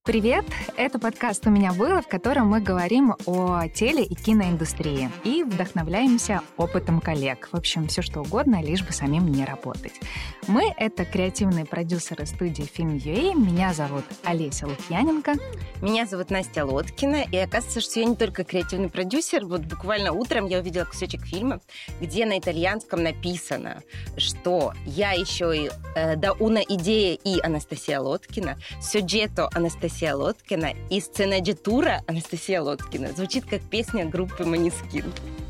Привет! Это подкаст «У меня было», в котором мы говорим о теле- и киноиндустрии и вдохновляемся опытом коллег. В общем, все что угодно, лишь бы самим не работать. Мы — это креативные продюсеры студии Film.ua. Меня зовут Олеся Лукьяненко. Меня зовут Настя Лоткина. И оказывается, что я не только креативный продюсер. Вот буквально утром я увидела кусочек фильма, где на итальянском написано, что я еще и да una idea и Анастасия Лоткина, сюжето Анастасия Лоткина и сценагитура Анастасия Лоткина. Звучит как песня группы Måneskin.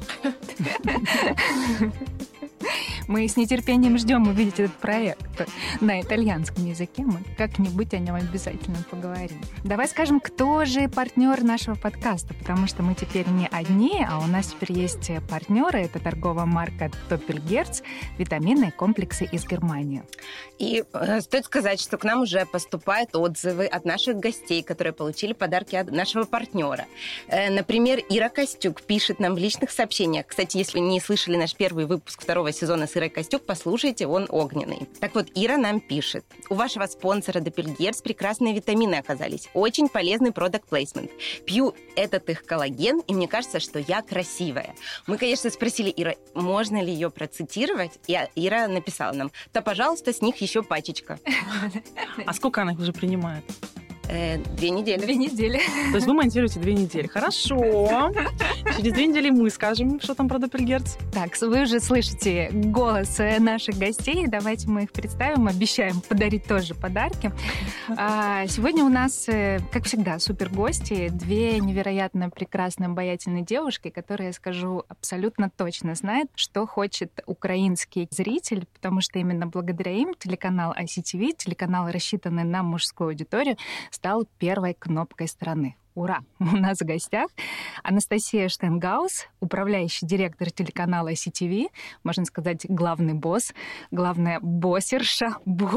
Мы с нетерпением ждем увидеть этот проект на итальянском языке. Мы как-нибудь о нем обязательно поговорим. Давай скажем, кто же партнер нашего подкаста, потому что мы теперь не одни, а у нас теперь есть партнеры. Это торговая марка Doppelgerz, витаминные комплексы из Германии. И стоит сказать, что к нам уже поступают отзывы от наших гостей, которые получили подарки от нашего партнера. Например, Ира Костюк пишет нам в личных сообщениях. Кстати, если вы не слышали наш первый выпуск второго сезона с Ирой Костюк, послушайте, он огненный. Так вот, Ира нам пишет. У вашего спонсора Doppelgerz прекрасные витамины оказались. Очень полезный product placement. Пью этот их коллаген, и мне кажется, что я красивая. Мы, конечно, спросили Ира, можно ли ее процитировать, и Ира написала нам, да, пожалуйста, с них еще пачечка. А сколько она их уже принимает? 2 недели. 2 недели. То есть вы монтируете 2 недели. Хорошо. Через 2 недели мы скажем, что там про Doppelgerz. Так, вы уже слышите голос наших гостей. Давайте мы их представим. Обещаем подарить тоже подарки. Сегодня у нас, как всегда, супергости. 2 невероятно прекрасные, обаятельные девушки, которые, я скажу, абсолютно точно знают, что хочет украинский зритель, потому что именно благодаря им телеканал ICTV, телеканал, рассчитанный на мужскую аудиторию, стал первой кнопкой страны. Ура! У нас в гостях Анастасия Штенгаус, управляющий директор телеканала ICTV, можно сказать, главный босс, главная боссерша,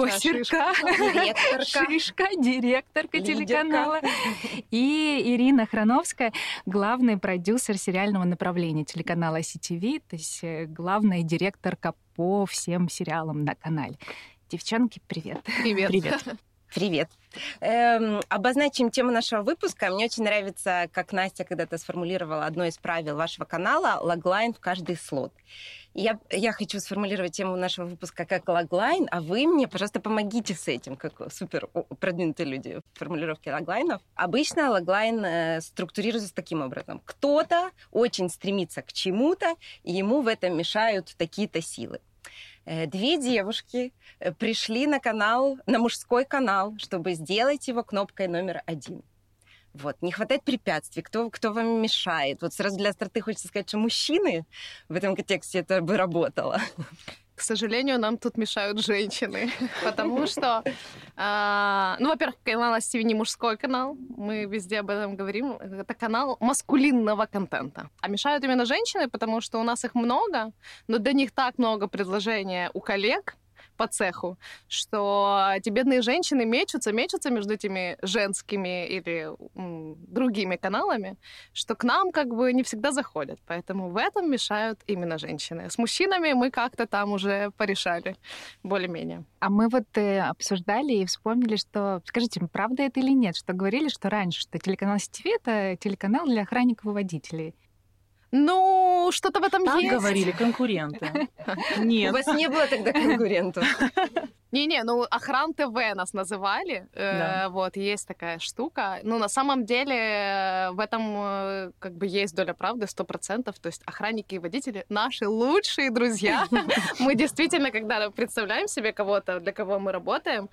директорка телеканала. И Ирина Храновская, главный продюсер сериального направления телеканала ICTV, то есть главная директорка по всем сериалам на канале. Девчонки, привет. Привет. Привет. Обозначим тему нашего выпуска. Мне очень нравится, как Настя когда-то сформулировала одно из правил вашего канала — логлайн в каждый слот. И я хочу сформулировать тему нашего выпуска как логлайн, а вы мне, пожалуйста, помогите с этим, как супер продвинутые люди в формулировке логлайнов. Обычно логлайн структурируется таким образом. Кто-то очень стремится к чему-то, и ему в этом мешают такие-то силы. 2 девушки пришли на канал, на мужской канал, чтобы сделать его кнопкой номер 1. Вот. Не хватает препятствий. Кто вам мешает? Вот сразу для старты хочется сказать, что мужчины в этом контексте это бы работало. К сожалению, нам тут мешают женщины, потому что, во-первых, канал ICTV не мужской канал, мы везде об этом говорим, это канал маскулинного контента. А мешают именно женщины, потому что у нас их много, но для них так много предложений у коллег по цеху, что эти бедные женщины мечутся между этими женскими или другими каналами, что к нам как бы не всегда заходят. Поэтому в этом мешают именно женщины. С мужчинами мы как-то там уже порешали более-менее. А мы вот обсуждали и вспомнили, что... Скажите, правда это или нет, что говорили, что раньше, что телеканал ICTV — это телеканал для охранников и водителей? Ну, что-то в этом так есть. Говорили конкуренты. Нет. У вас не было тогда конкурентов? Не-не, Охран ТВ нас называли. Да. Вот, есть такая штука. На самом деле в этом как бы есть доля правды 100%. То есть охранники и водители — наши лучшие друзья. Мы действительно, когда представляем себе кого-то, для кого мы работаем,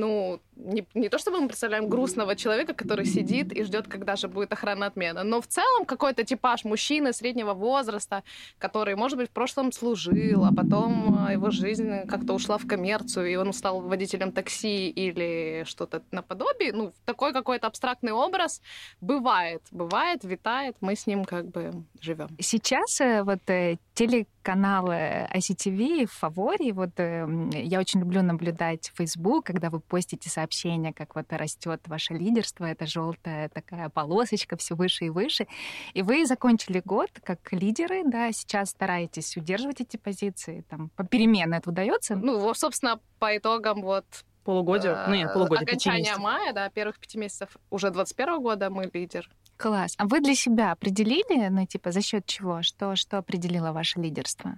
не то чтобы мы представляем грустного человека, который сидит и ждет, когда же будет охранная отмена, но в целом какой-то типаж мужчины среднего возраста, который, может быть, в прошлом служил, а потом его жизнь как-то ушла в коммерцию, и он стал водителем такси или что-то наподобие. Такой какой-то абстрактный образ бывает, витает, мы с ним как бы живем. Сейчас вот телеканал ICTV в фаворе. Вот я очень люблю наблюдать Facebook, когда вы постите сообщения, как вот растет ваше лидерство, это желтая такая полосочка все выше и выше. И вы закончили год как лидеры, да, сейчас стараетесь удерживать эти позиции, там, попеременно это удается? Собственно, по итогам Полугодие? Нет, полугодие, 5 окончания месяцев. мая, да, первых 5 месяцев уже 21 года мы лидер. Класс. А вы для себя определили, ну, типа, за счет чего? Что определило ваше лидерство?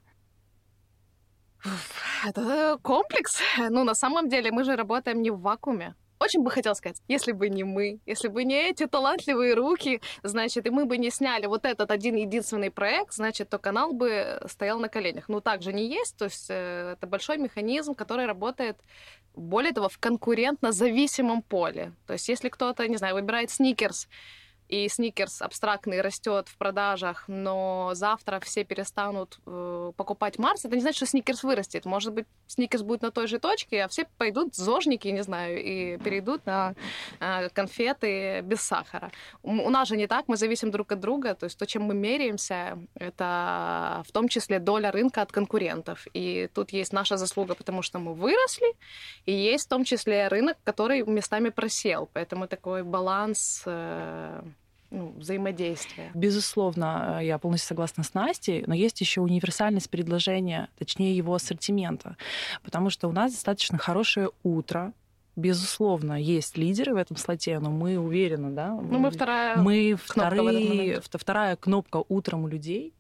Это комплекс. Ну, на самом деле, мы же работаем не в вакууме. Очень бы хотела сказать, если бы не мы, если бы не эти талантливые руки, значит, и мы бы не сняли вот этот один-единственный проект, значит, то канал бы стоял на коленях. Ну, так же не есть, то есть это большой механизм, который работает, более того, в конкурентно-зависимом поле. То есть если кто-то, не знаю, выбирает сникерс, и сникерс абстрактный растет в продажах, но завтра все перестанут покупать Марс, это не значит, что сникерс вырастет. Может быть, сникерс будет на той же точке, а все пойдут зожники, не знаю, и перейдут на конфеты без сахара. У нас же не так, мы зависим друг от друга, то есть то, чем мы меряемся, это в том числе доля рынка от конкурентов. И тут есть наша заслуга, потому что мы выросли, и есть в том числе рынок, который местами просел. Поэтому такой баланс взаимодействия. Безусловно, я полностью согласна с Настей, но есть еще универсальность предложения, точнее его ассортимента, потому что у нас достаточно хорошее утро. Безусловно, есть лидеры в этом слоте, но мы уверены, да? Ну, мы вторая вторая кнопка утром у людей.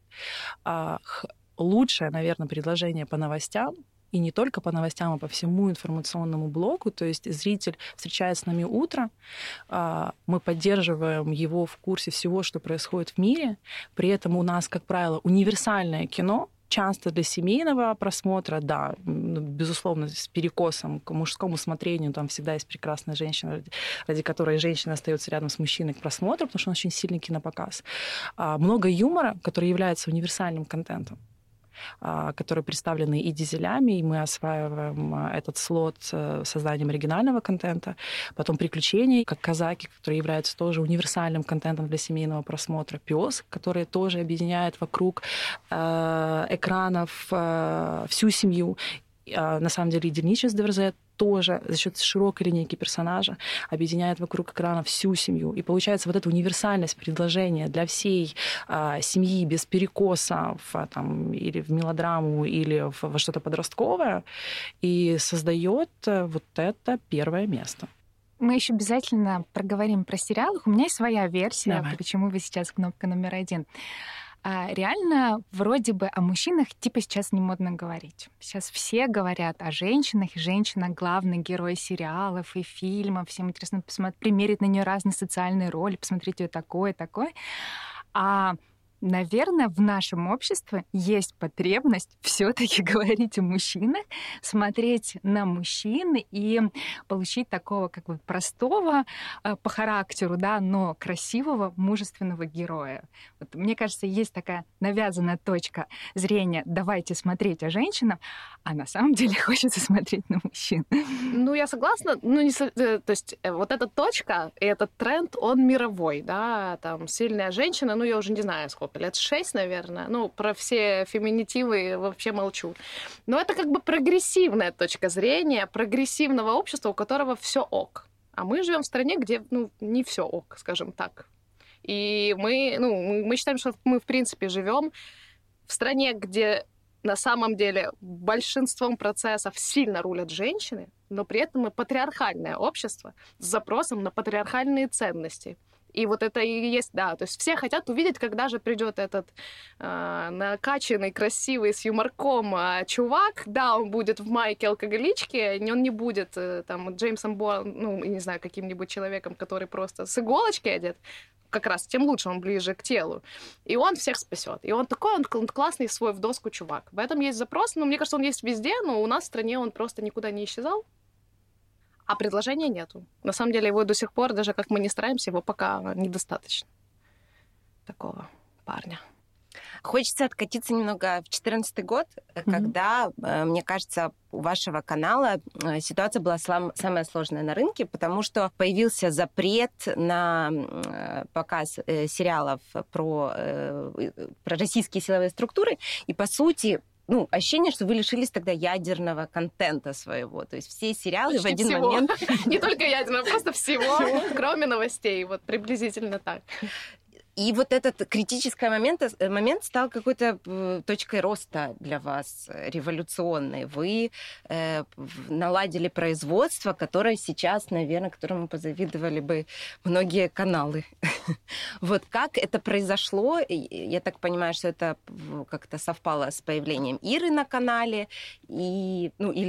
Лучшее, наверное, предложение по новостям, и не только по новостям, а по всему информационному блоку. То есть зритель встречает с нами утро, мы поддерживаем его в курсе всего, что происходит в мире. При этом у нас, как правило, универсальное кино, часто для семейного просмотра, да, безусловно, с перекосом к мужскому смотрению, там всегда есть прекрасная женщина, ради которой женщина остается рядом с мужчиной к просмотру, потому что он очень сильный кинопоказ. Много юмора, который является универсальным контентом, которые представлены и дизелями, и мы осваиваем этот слот созданием оригинального контента. Потом «Приключения», как «Казаки», которые являются тоже универсальным контентом для семейного просмотра. «Пёс», который тоже объединяет вокруг экранов всю семью. На самом деле «Деничес Деверзе» тоже за счет широкой линейки персонажа объединяет вокруг экрана всю семью. И получается вот эта универсальность предложения для всей семьи без перекоса или в мелодраму, или во что-то подростковое, и создает вот это первое место. Мы еще обязательно проговорим про сериалы. У меня есть своя версия, Давай. Почему вы сейчас кнопка номер 1. Реально, вроде бы о мужчинах типа сейчас не модно говорить. Сейчас все говорят о женщинах, и женщина — главный герой сериалов и фильмов. Всем интересно примерить на нее разные социальные роли, посмотреть ее такое. Наверное, в нашем обществе есть потребность все-таки говорить о мужчинах, смотреть на мужчин и получить такого как бы простого по характеру, да, но красивого, мужественного героя. Вот, мне кажется, есть такая навязанная точка зрения: давайте смотреть о женщинах, а на самом деле хочется смотреть на мужчин. Ну, я согласна. То есть вот эта точка и этот тренд, он мировой, да, там сильная женщина, я уже не знаю сколько, лет 6, наверное. Про все феминитивы вообще молчу. Но это как бы прогрессивная точка зрения, прогрессивного общества, у которого все ок. А мы живем в стране, где, не все ок, скажем так. И мы считаем, что мы, в принципе, живем в стране, где на самом деле большинством процессов сильно рулят женщины, но при этом мы патриархальное общество с запросом на патриархальные ценности. И вот это и есть, да, то есть все хотят увидеть, когда же придет этот накачанный, красивый, с юморком чувак, да, он будет в майке алкоголичке, он не будет там Джеймсом Бондом, не знаю, каким-нибудь человеком, который просто с иголочки одет, как раз тем лучше, он ближе к телу. И он всех спасет. И он такой, он классный, свой в доску чувак. В этом есть запрос, мне кажется, он есть везде, но у нас в стране он просто никуда не исчезал. А предложения нету. На самом деле его до сих пор, даже как мы не стараемся, его пока недостаточно. Такого парня. Хочется откатиться немного в 2014 год, когда, мне кажется, у вашего канала ситуация была самая сложная на рынке, потому что появился запрет на показ сериалов про российские силовые структуры, и, по сути, ощущение, что вы лишились тогда ядерного контента своего. То есть все сериалы почти в один всего. момент... Не только ядерного, просто всего, кроме новостей. Вот приблизительно так. И вот этот критический момент стал какой-то точкой роста для вас, революционной. Вы наладили производство, которое сейчас, наверное, которому позавидовали бы многие каналы. Вот как это произошло? Я так понимаю, что это как-то совпало с появлением Иры на канале, или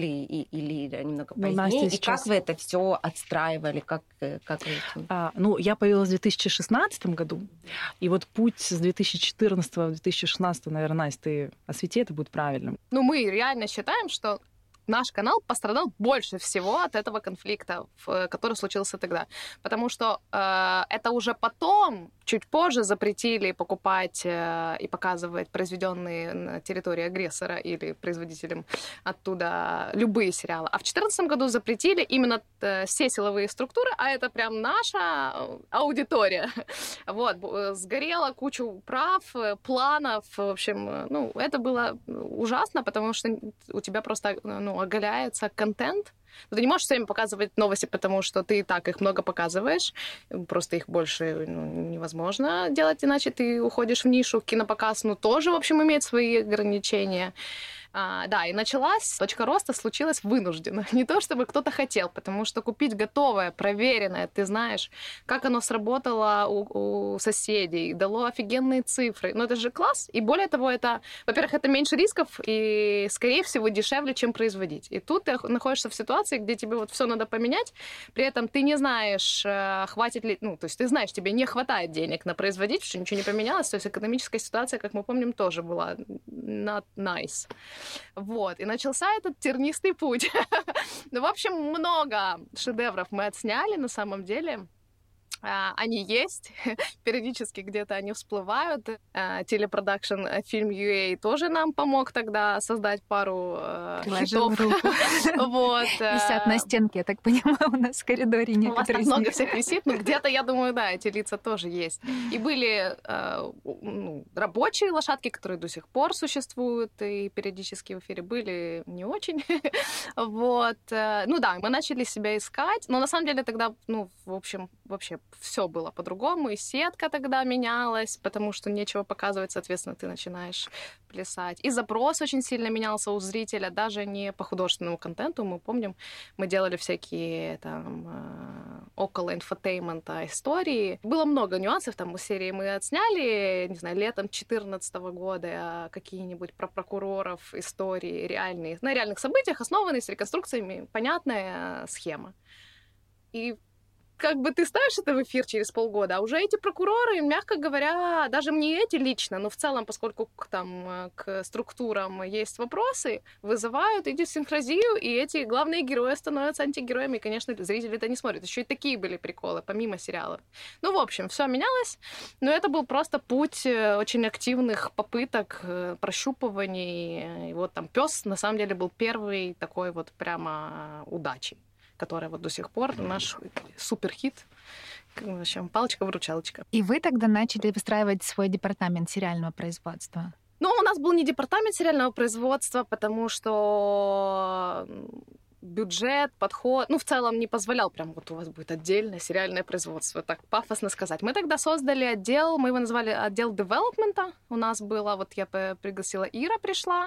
немного позднее. И как вы это все отстраивали? Как вы этим? Я появилась в 2016 году. И вот путь с 2014 в 2016, наверное, Настя, ты освети, это будет правильным. Мы реально считаем, что наш канал пострадал больше всего от этого конфликта, который случился тогда. Потому что это уже потом, чуть позже, запретили покупать и показывать произведенные на территории агрессора или производителям оттуда любые сериалы. А в 2014 году запретили именно все силовые структуры, а это прям наша аудитория. Вот, сгорела кучу прав, планов. В общем, это было ужасно, потому что у тебя просто оголяется контент. Ты не можешь все время показывать новости, потому что ты и так их много показываешь. Просто их больше невозможно делать, иначе ты уходишь в нишу. Кинопоказ, тоже, в общем, имеет свои ограничения. И началась, точка роста случилась вынужденно. Не то, чтобы кто-то хотел, потому что купить готовое, проверенное, ты знаешь, как оно сработало у соседей, дало офигенные цифры. Это же класс. И более того, это, во-первых, это меньше рисков и, скорее всего, дешевле, чем производить. И тут ты находишься в ситуации, где тебе вот все надо поменять, при этом ты не знаешь, хватит ли, то есть ты знаешь, тебе не хватает денег на производить, потому что ничего не поменялось, то есть экономическая ситуация, как мы помним, тоже была not nice. Вот, и начался этот тернистый путь. В общем, много шедевров мы отсняли, на самом деле. Они есть, периодически где-то они всплывают. Телепродакшн фильм UA тоже нам помог тогда создать пару хитов. Вот. Висят на стенке, я так понимаю, у нас в коридоре некоторые. У вас так много всех висит, но где-то, я думаю, да, эти лица тоже есть. И были рабочие лошадки, которые до сих пор существуют, и периодически в эфире были не очень. Вот. Мы начали себя искать, но на самом деле тогда, в общем, вообще все было по-другому, и сетка тогда менялась, потому что нечего показывать, соответственно, ты начинаешь плясать. И запрос очень сильно менялся у зрителя, даже не по художественному контенту. Мы помним, мы делали всякие около инфотеймента истории. Было много нюансов, у серии мы отсняли, не знаю, летом 2014 года какие-нибудь про прокуроров истории реальные, на реальных событиях, основанные с реконструкциями, понятная схема. И ты ставишь это в эфир через полгода, а уже эти прокуроры, мягко говоря, даже не эти лично, но в целом, поскольку к структурам есть вопросы, вызывают идиосинкразию, и эти главные герои становятся антигероями, и, конечно, зрители это не смотрят. Еще и такие были приколы, помимо сериалов. В общем, все менялось, но это был просто путь очень активных попыток, прощупываний. И вот «Пёс» на самом деле был первый такой вот прямо удачей, которая вот до сих пор наш суперхит. В общем, палочка-выручалочка. И вы тогда начали выстраивать свой департамент сериального производства? У нас был не департамент сериального производства, потому что бюджет, подход, в целом не позволял прям вот у вас будет отдельное сериальное производство, так пафосно сказать. Мы тогда создали отдел, мы его назвали отдел девелопмента. У нас было, вот я пригласила, Ира пришла,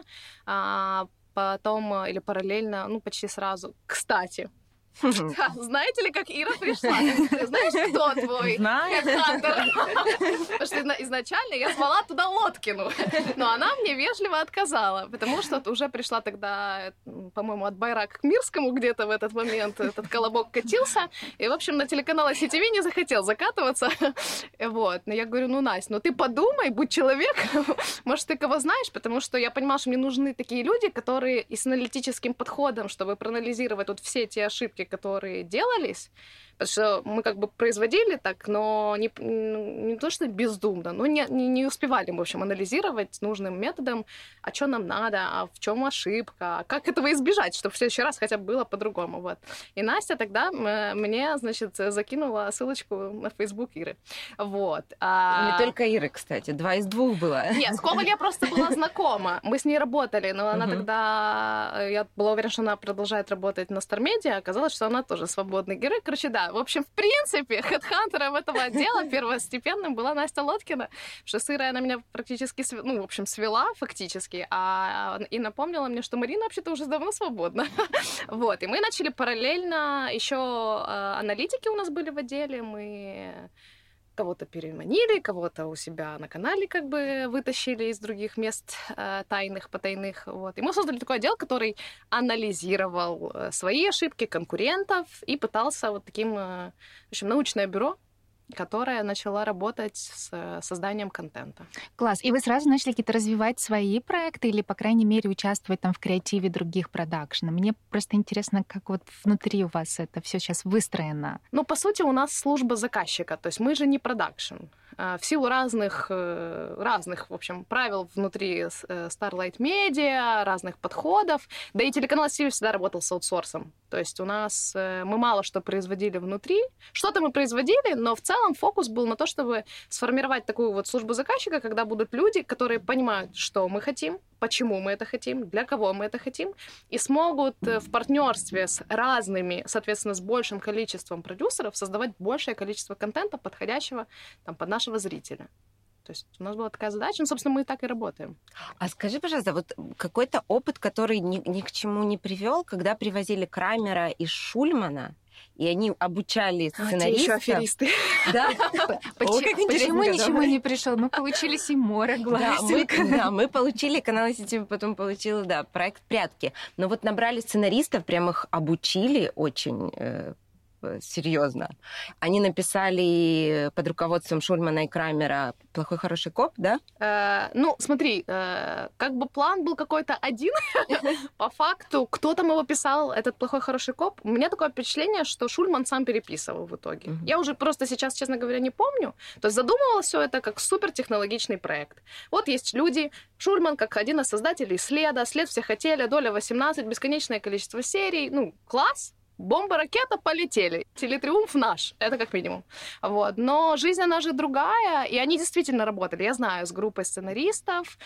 потом или параллельно, почти сразу. Кстати, знаете ли, как Ира пришла? Ты знаешь, кто твой хедхантер? Потому что изначально я звала туда Лоткину, но она мне вежливо отказала, потому что уже пришла тогда, по-моему, от Байрак к Мирскому где-то в этот момент этот колобок катился, и, в общем, на телеканал CTV не захотел закатываться. Вот. Но я говорю, Настя, ты подумай, будь человеком, может, ты кого знаешь, потому что я понимала, что мне нужны такие люди, которые и с аналитическим подходом, чтобы проанализировать вот все те ошибки, которые делались, потому что мы производили так, но не то, что бездумно, но не успевали, в общем, анализировать нужным методом, а что нам надо, а в чем ошибка, как этого избежать, чтобы в следующий раз хотя бы было по-другому. Вот. И Настя тогда мне, закинула ссылочку на Facebook Иры. Вот. Не только Иры, кстати, 2 из 2 было. Нет, с Коваль я просто была знакома. Мы с ней работали, но она тогда... Я была уверена, что она продолжает работать на Star Media. Оказалось, что она тоже свободный герой. Короче, да, Да, в общем, в принципе, хедхантером этого отдела первостепенным была Настя Лоткина, что с Ирой она меня практически, свела фактически, и напомнила мне, что Марина вообще-то уже давно свободна. Вот, и мы начали параллельно, еще аналитики у нас были в отделе, мы кого-то переманили, кого-то у себя на канале как бы вытащили из других мест тайных, потайных. Вот. И мы создали такой отдел, который анализировал свои ошибки конкурентов и пытался вот таким, в общем, научное бюро, которая начала работать с созданием контента. Класс. И вы сразу начали какие-то развивать свои проекты или, по крайней мере, участвовать там в креативе других продакшенов? Мне просто интересно, как вот внутри у вас это все сейчас выстроено. Ну, по сути, у нас служба заказчика, то есть мы же не продакшн. В силу разных, в общем, правил внутри Starlight Media, разных подходов, да и телеканал CTV всегда работал с аутсорсом. То есть у нас мы мало что производили внутри, что-то мы производили, но в целом фокус был на то, чтобы сформировать такую вот службу заказчика, когда будут люди, которые понимают, что мы хотим, почему мы это хотим, для кого мы это хотим, и смогут в партнерстве с разными, соответственно, с большим количеством продюсеров создавать большее количество контента, подходящего там, под нашего зрителя. То есть у нас была такая задача, ну, собственно, мы так и работаем. А скажи, пожалуйста, вот какой-то опыт, который ни к чему не привел, когда привозили Крамера и Шульмана, и они обучали сценаристов. Те еще аферисты. Да. Почему ничему не пришел? Мы получили Симора, Гласенко. Да, мы получили, канал CTV потом получил, да, проект «Прятки». Но вот набрали сценаристов, прям их обучили очень серьезно. Они написали под руководством Шульмана и Крамера «Плохой хороший коп», да? Ну, смотри, как бы план был какой-то один. По факту, кто там его писал, этот «Плохой хороший коп». У меня такое впечатление, что Шульман сам переписывал в итоге. Я уже просто сейчас, честно говоря, не помню. То есть задумывалось все это как супертехнологичный проект. Вот есть люди, Шульман как один из создателей «Следа», «След» все хотели, доля 18, бесконечное количество серий. Ну, класс. Бомба, ракета, полетели. Телетриумф наш, это как минимум. Вот. Но жизнь, она же другая, и они действительно работали. Я знаю, с группой сценаристов.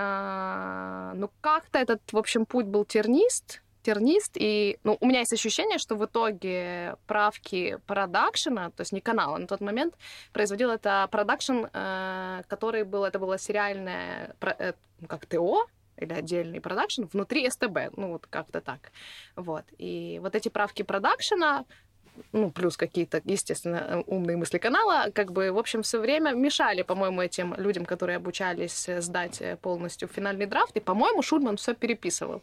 Ну, как-то этот, в общем, путь был тернист, и ну, у меня есть ощущение, что в итоге правки продакшена, то есть не канала, на тот момент производил это продакшн, который был, это было сериальное, как ТО, или отдельный продакшн внутри СТБ, ну вот как-то так. Вот. И вот эти правки продакшена, ну, плюс какие-то, естественно, умные мысли канала, как бы, в общем, все время мешали, по-моему, этим людям, которые обучались сдать полностью финальный драфт, и, по-моему, Шульман все переписывал.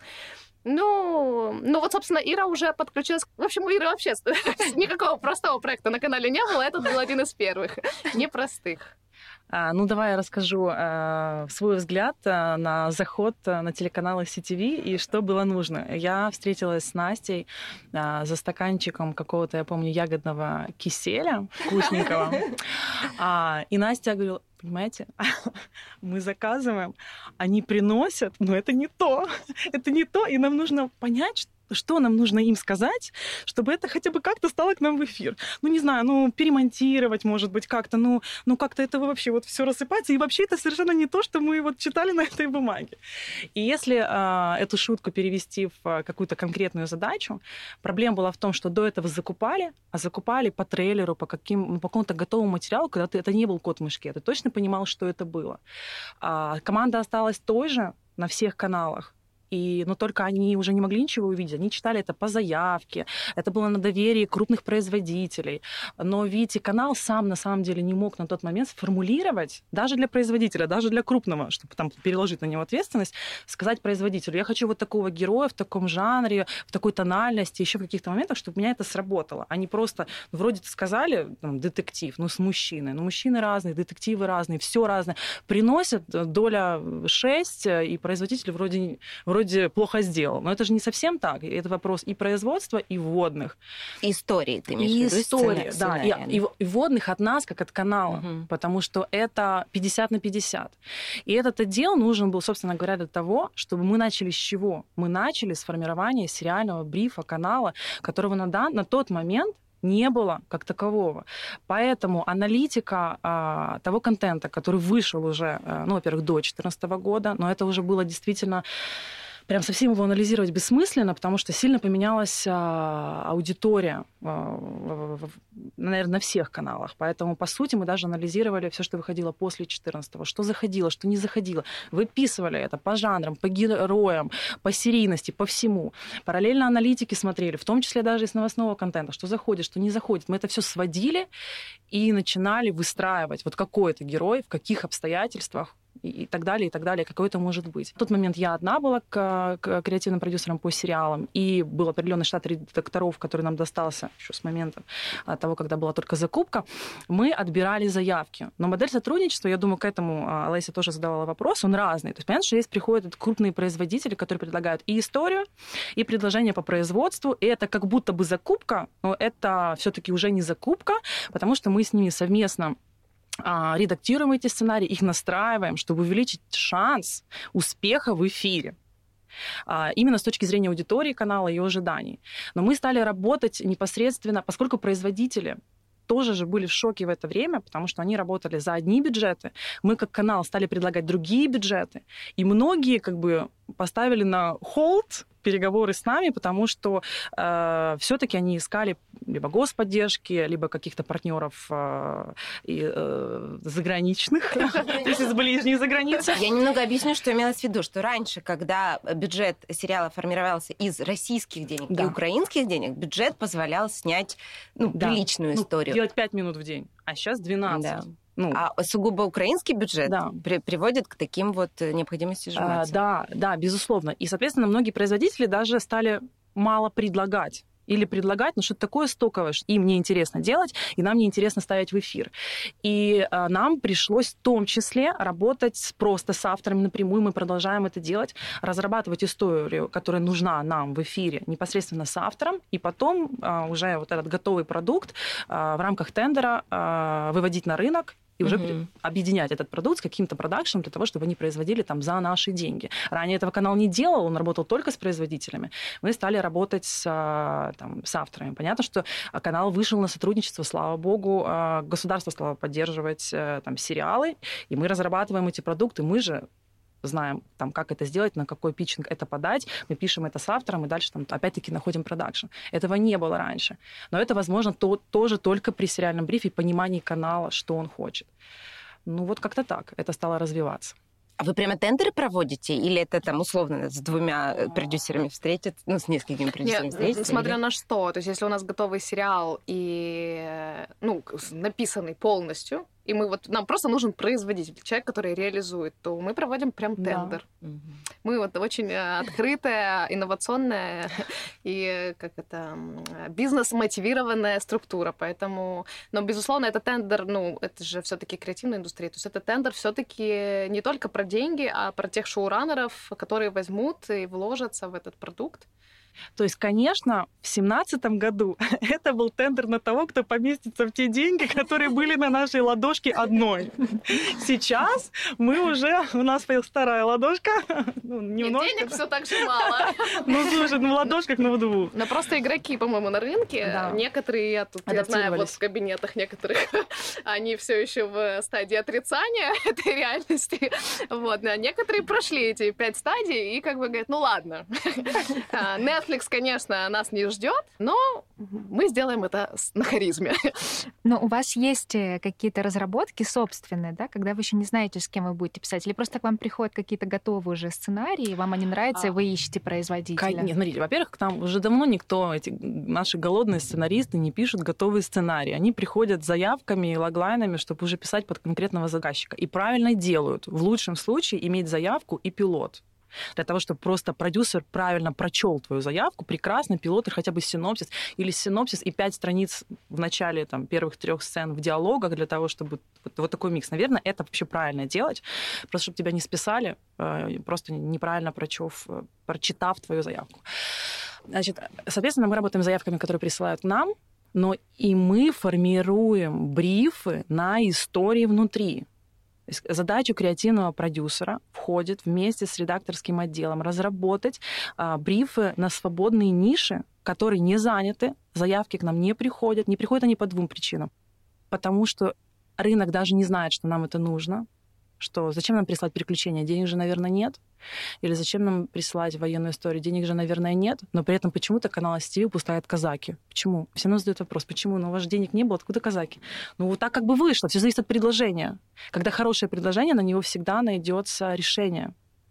Ну, вот, собственно, Ира уже подключилась. В общем, у Иры вообще никакого простого проекта на канале не было, этот был один из первых, непростых. Ну, давай я расскажу свой взгляд на заход на телеканалы CTV и что было нужно. Я встретилась с Настей за стаканчиком какого-то, я помню, ягодного киселя вкусненького. И Настя говорила: понимаете, мы заказываем, они приносят, но это не то, и нам нужно понять, что нам нужно им сказать, чтобы это хотя бы как-то стало к нам в эфир. Ну, не знаю, перемонтировать, может быть, как-то, как-то это вообще вот все рассыпается, и вообще это совершенно не то, что мы вот читали на этой бумаге. И если эту шутку перевести в какую-то конкретную задачу, проблема была в том, что до этого закупали по трейлеру, по какому-то готовому материалу, когда это не был кот в мешке, ты точно понимал, что это было. Команда осталась той же на всех каналах, но только они уже не могли ничего увидеть. Они читали это по заявке, это было на доверии крупных производителей. Но, видите, канал сам на самом деле не мог на тот момент сформулировать, даже для производителя, даже для крупного, чтобы там переложить на него ответственность, сказать производителю: я хочу вот такого героя в таком жанре, в такой тональности, еще в каких-то моментах, чтобы у меня это сработало. Они просто, вроде сказали, детектив, с мужчиной. Мужчины разные, детективы разные, все разное. Приносят доля 6, и производитель вроде плохо сделал. Но это же не совсем так. Это вопрос и производства, и вводных. Истории, ты имеешь в виду? Истории, да. И вводных от нас, как от канала. Потому что это 50/50. И этот отдел нужен был, собственно говоря, для того, чтобы мы начали с чего? Мы начали с формирования сериального брифа канала, которого на тот момент не было как такового. Поэтому аналитика того контента, который вышел уже, во-первых, до 2014 года, но это уже было действительно Прям совсем его анализировать бессмысленно, потому что сильно поменялась аудитория, наверное, на всех каналах. Поэтому, по сути, мы даже анализировали все, что выходило после 14-го, что заходило, что не заходило. Выписывали это по жанрам, по героям, по серийности, по всему. Параллельно аналитики смотрели, в том числе даже из новостного контента, что заходит, что не заходит. Мы это все сводили и начинали выстраивать, вот какой это герой, в каких обстоятельствах, и так далее, какой это может быть. В тот момент я одна была к креативным продюсерам по сериалам, и был определенный штат редакторов, который нам достался еще с момента того, когда была только закупка. Мы отбирали заявки. Но модель сотрудничества, я думаю, к этому Олеся тоже задавала вопрос, он разный. То есть, понятно, что есть приходят крупные производители, которые предлагают и историю, и предложения по производству, и это как будто бы закупка, но это все-таки уже не закупка, потому что мы с ними совместно редактируем эти сценарии, их настраиваем, чтобы увеличить шанс успеха в эфире. Именно с точки зрения аудитории канала и ожиданий. Но мы стали работать непосредственно, поскольку производители тоже же были в шоке в это время, потому что они работали за одни бюджеты. Мы как канал стали предлагать другие бюджеты. И многие как бы поставили на холд переговоры с нами, потому что все-таки они искали либо господдержки, либо каких-то партнеров заграничных, из ближней заграницы. Я немного объясню, что имелось в виду, что раньше, когда бюджет сериала формировался из российских денег и украинских денег, бюджет позволял снять приличную историю. Делать 5 минут в день, а сейчас 12. Да. А сугубо украинский бюджет приводит к таким вот необходимости сжиматься. Да, безусловно. И, соответственно, многие производители даже стали мало предлагать. Или предлагать, но что-то такое стоковое, что им неинтересно делать, и нам неинтересно ставить в эфир. И нам пришлось в том числе работать просто с авторами напрямую, мы продолжаем это делать, разрабатывать историю, которая нужна нам в эфире непосредственно с автором, и потом уже вот этот готовый продукт в рамках тендера выводить на рынок, и уже объединять этот продукт с каким-то продакшеном для того, чтобы они производили там за наши деньги. Ранее этого канал не делал, он работал только с производителями. Мы стали работать с авторами. Понятно, что канал вышел на сотрудничество, слава богу, государство стало поддерживать там сериалы, и мы разрабатываем эти продукты. Мы же знаем, там, как это сделать, на какой питчинг это подать, мы пишем это с автором, и дальше там, опять-таки находим продакшн. Этого не было раньше. Но это возможно тоже только при сериальном брифе и понимании канала, что он хочет. Ну вот как-то так это стало развиваться. А вы прямо тендеры проводите? Или это там условно с двумя продюсерами встретиться, с несколькими продюсерами встретиться? Смотря на что. То есть если у нас готовый сериал и написанный полностью, и нам просто нужен производитель, человек, который реализует, то мы проводим прям тендер. Да. Мы очень открытая, инновационная и бизнес-мотивированная структура. Поэтому, но, безусловно, это тендер, это же все-таки креативная индустрия. То есть это тендер все-таки не только про деньги, а про тех шоураннеров, которые возьмут и вложатся в этот продукт. То есть, конечно, в 2017 году это был тендер на того, кто поместится в те деньги, которые были на нашей ладошке одной. Сейчас у нас появилась вторая ладошка. Немножко. Денег все так же мало. Слушай, в ладошках, в двух. Но просто игроки, по-моему, на рынке, некоторые, я знаю, в кабинетах некоторых, они все еще в стадии отрицания этой реальности. А некоторые прошли эти 5 стадий и говорят, ладно, Netflix, конечно, нас не ждет, но мы сделаем это на харизме. Но у вас есть какие-то разработки собственные, да, когда вы еще не знаете, с кем вы будете писать? Или просто к вам приходят какие-то готовые уже сценарии, вам они нравятся, и вы ищете производителя? Нет, смотрите, во-первых, к нам уже давно никто, наши голодные сценаристы, не пишут готовые сценарии. Они приходят с заявками и логлайнами, чтобы уже писать под конкретного заказчика. И правильно делают. В лучшем случае иметь заявку и пилот. Для того, чтобы просто продюсер правильно прочел твою заявку, прекрасно, пилот и хотя бы синопсис, или синопсис и 5 страниц в начале первых 3 сцен в диалогах для того, чтобы вот такой микс. Наверное, это вообще правильно делать, просто чтобы тебя не списали, просто неправильно прочитав твою заявку. Значит, соответственно, мы работаем с заявками, которые присылают нам, но и мы формируем брифы на истории внутри. Задача креативного продюсера входит вместе с редакторским отделом разработать брифы на свободные ниши, которые не заняты, заявки к нам не приходят. Не приходят они по 2 причинам. Потому что рынок даже не знает, что нам это нужно. что зачем нам прислать приключения? Денег же, наверное, нет. Или зачем нам присылать военную историю? Денег же, наверное, нет. Но при этом почему-то канал СТВ выпускает казаки. Почему? Все равно задают вопрос, почему? Ну, у вас же денег не было, откуда казаки? Ну, вот так как бы вышло. Все зависит от предложения. Когда хорошее предложение, на него всегда найдется решение.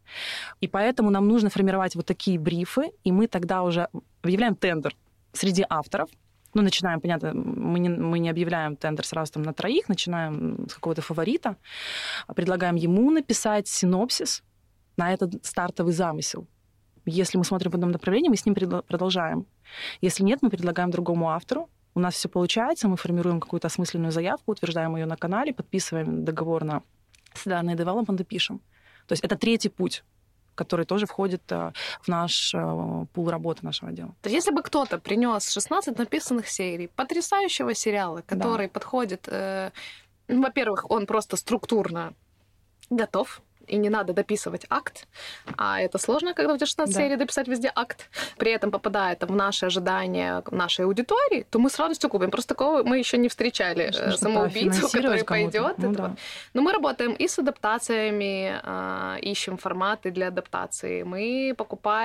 И поэтому нам нужно формировать вот такие брифы, и мы тогда уже объявляем тендер среди авторов. Ну, начинаем, понятно, мы не объявляем тендер сразу там на 3, начинаем с какого-то фаворита, предлагаем ему написать синопсис на этот стартовый замысел. Если мы смотрим в одном направлении, мы с ним продолжаем. Если нет, мы предлагаем другому автору. У нас все получается, мы формируем какую-то осмысленную заявку, утверждаем ее на канале, подписываем договор на сценарный девелопмент и пишем. То есть это 3-й путь, который тоже входит в наш пул работы нашего отдела. То есть если бы кто-то принес 16 написанных серий потрясающего сериала, который подходит, во-первых, он просто структурно готов, и не надо дописывать акт, а это сложно, когда у тебя 16 серий дописать везде акт, при этом попадает в наши ожидания нашей аудитории, то мы с радостью купим. Просто такого мы еще не встречали самоубийцу, который пойдет. Но мы работаем и с адаптациями, ищем форматы для адаптации. Мы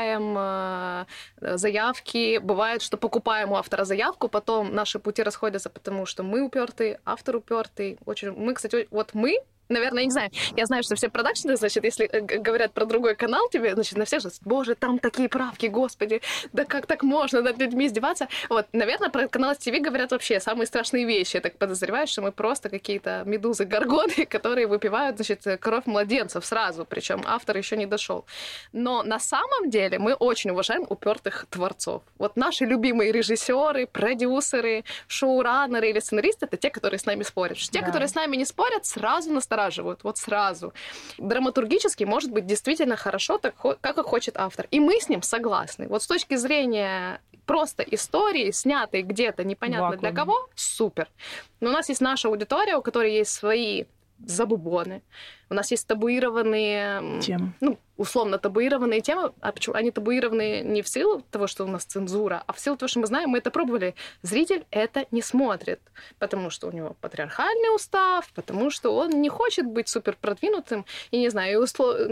покупаем заявки. Бывает, что покупаем у автора заявку, потом наши пути расходятся, потому что мы упертый, автор упертый. Мы, кстати, наверное, я не знаю. Я знаю, что все продакшены, значит, если говорят про другой канал тебе, значит, на всех же, боже, там такие правки, господи, да как так можно над людьми издеваться? Вот, наверное, про канал ТВ говорят вообще самые страшные вещи. Я так подозреваю, что мы просто какие-то медузы-горгоны, которые выпивают, значит, кровь младенцев сразу, причем автор еще не дошел. Но на самом деле мы очень уважаем упертых творцов. Вот наши любимые режиссеры, продюсеры, шоураннеры или сценаристы — это те, которые с нами спорят. Те, которые с нами не спорят, сразу настораживают. Вот сразу. Драматургически может быть действительно хорошо, так, как хочет автор. И мы с ним согласны. Вот с точки зрения просто истории, снятой где-то непонятно для кого, супер. Но у нас есть наша аудитория, у которой есть свои забубоны. У нас есть табуированные темы. Условно табуированные темы. А почему? Они табуированы не в силу того, что у нас цензура, а в силу того, что мы знаем, мы это пробовали. Зритель это не смотрит, потому что у него патриархальный устав, потому что он не хочет быть супер продвинутым. И не знаю,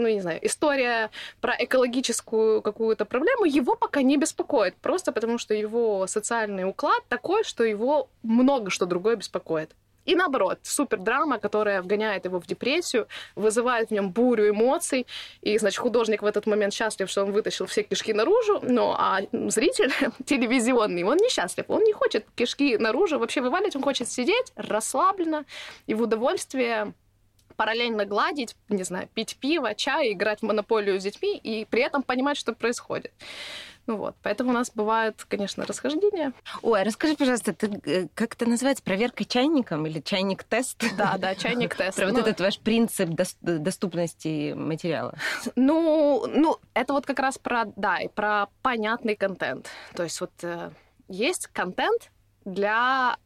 история про экологическую какую-то проблему его пока не беспокоит. Просто потому что его социальный уклад такой, что его много что другое беспокоит. И наоборот, супердрама, которая вгоняет его в депрессию, вызывает в нем бурю эмоций. И, значит, художник в этот момент счастлив, что он вытащил все кишки наружу. А зритель телевизионный, он несчастлив. Он не хочет кишки наружу вообще вываливать. Он хочет сидеть расслабленно и в удовольствие параллельно гладить, не знаю, пить пиво, чай, играть в монополию с детьми и при этом понимать, что происходит. Поэтому у нас бывают, конечно, расхождения. Ой, расскажи, пожалуйста, как это называется? Проверка чайником или чайник-тест? Да, чайник-тест. Про вот этот ваш принцип доступности материала. Это вот как раз про понятный контент. То есть есть контент для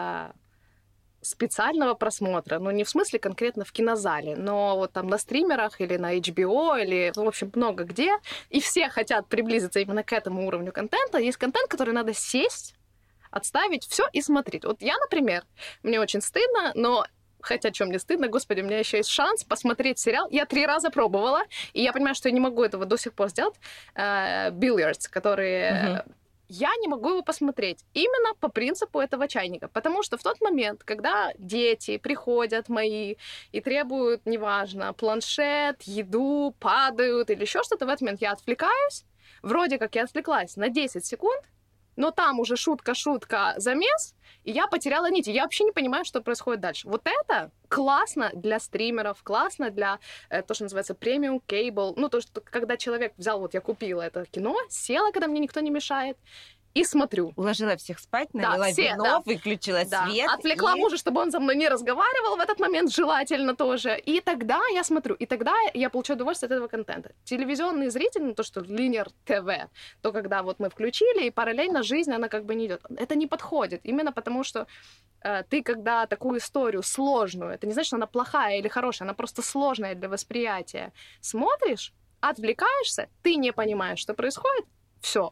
специального просмотра, не в смысле конкретно в кинозале, но вот там на стримерах или на HBO, или, в общем, много где, и все хотят приблизиться именно к этому уровню контента. Есть контент, который надо сесть, отставить все и смотреть. Вот я, например, мне очень стыдно, но хотя, чем мне стыдно, господи, у меня еще есть шанс посмотреть сериал. Я 3 раза пробовала, и я понимаю, что я не могу этого до сих пор сделать. Billiards, которые... Я не могу его посмотреть именно по принципу этого чайника, потому что в тот момент, когда дети приходят мои и требуют, неважно, планшет, еду, падают или еще что-то, в этот момент я отвлекаюсь, вроде как я отвлеклась на 10 секунд, но там уже шутка, замес, и я потеряла нить. Я вообще не понимаю, что происходит дальше. Вот это классно для стримеров, классно для то, что называется премиум кейбл. То, что когда человек взял, я купила это кино, села, когда мне никто не мешает, и смотрю. Уложила всех спать, налила вино, выключила свет. Отвлекла мужа, чтобы он со мной не разговаривал в этот момент, желательно тоже. И тогда я смотрю, и тогда я получаю удовольствие от этого контента. Телевизионный зритель, то, что Linear TV, то, когда мы включили, и параллельно жизнь, она как бы не идет. Это не подходит. Именно потому, что ты, когда такую историю сложную, это не значит, что она плохая или хорошая, она просто сложная для восприятия, смотришь, отвлекаешься, ты не понимаешь, что происходит, все.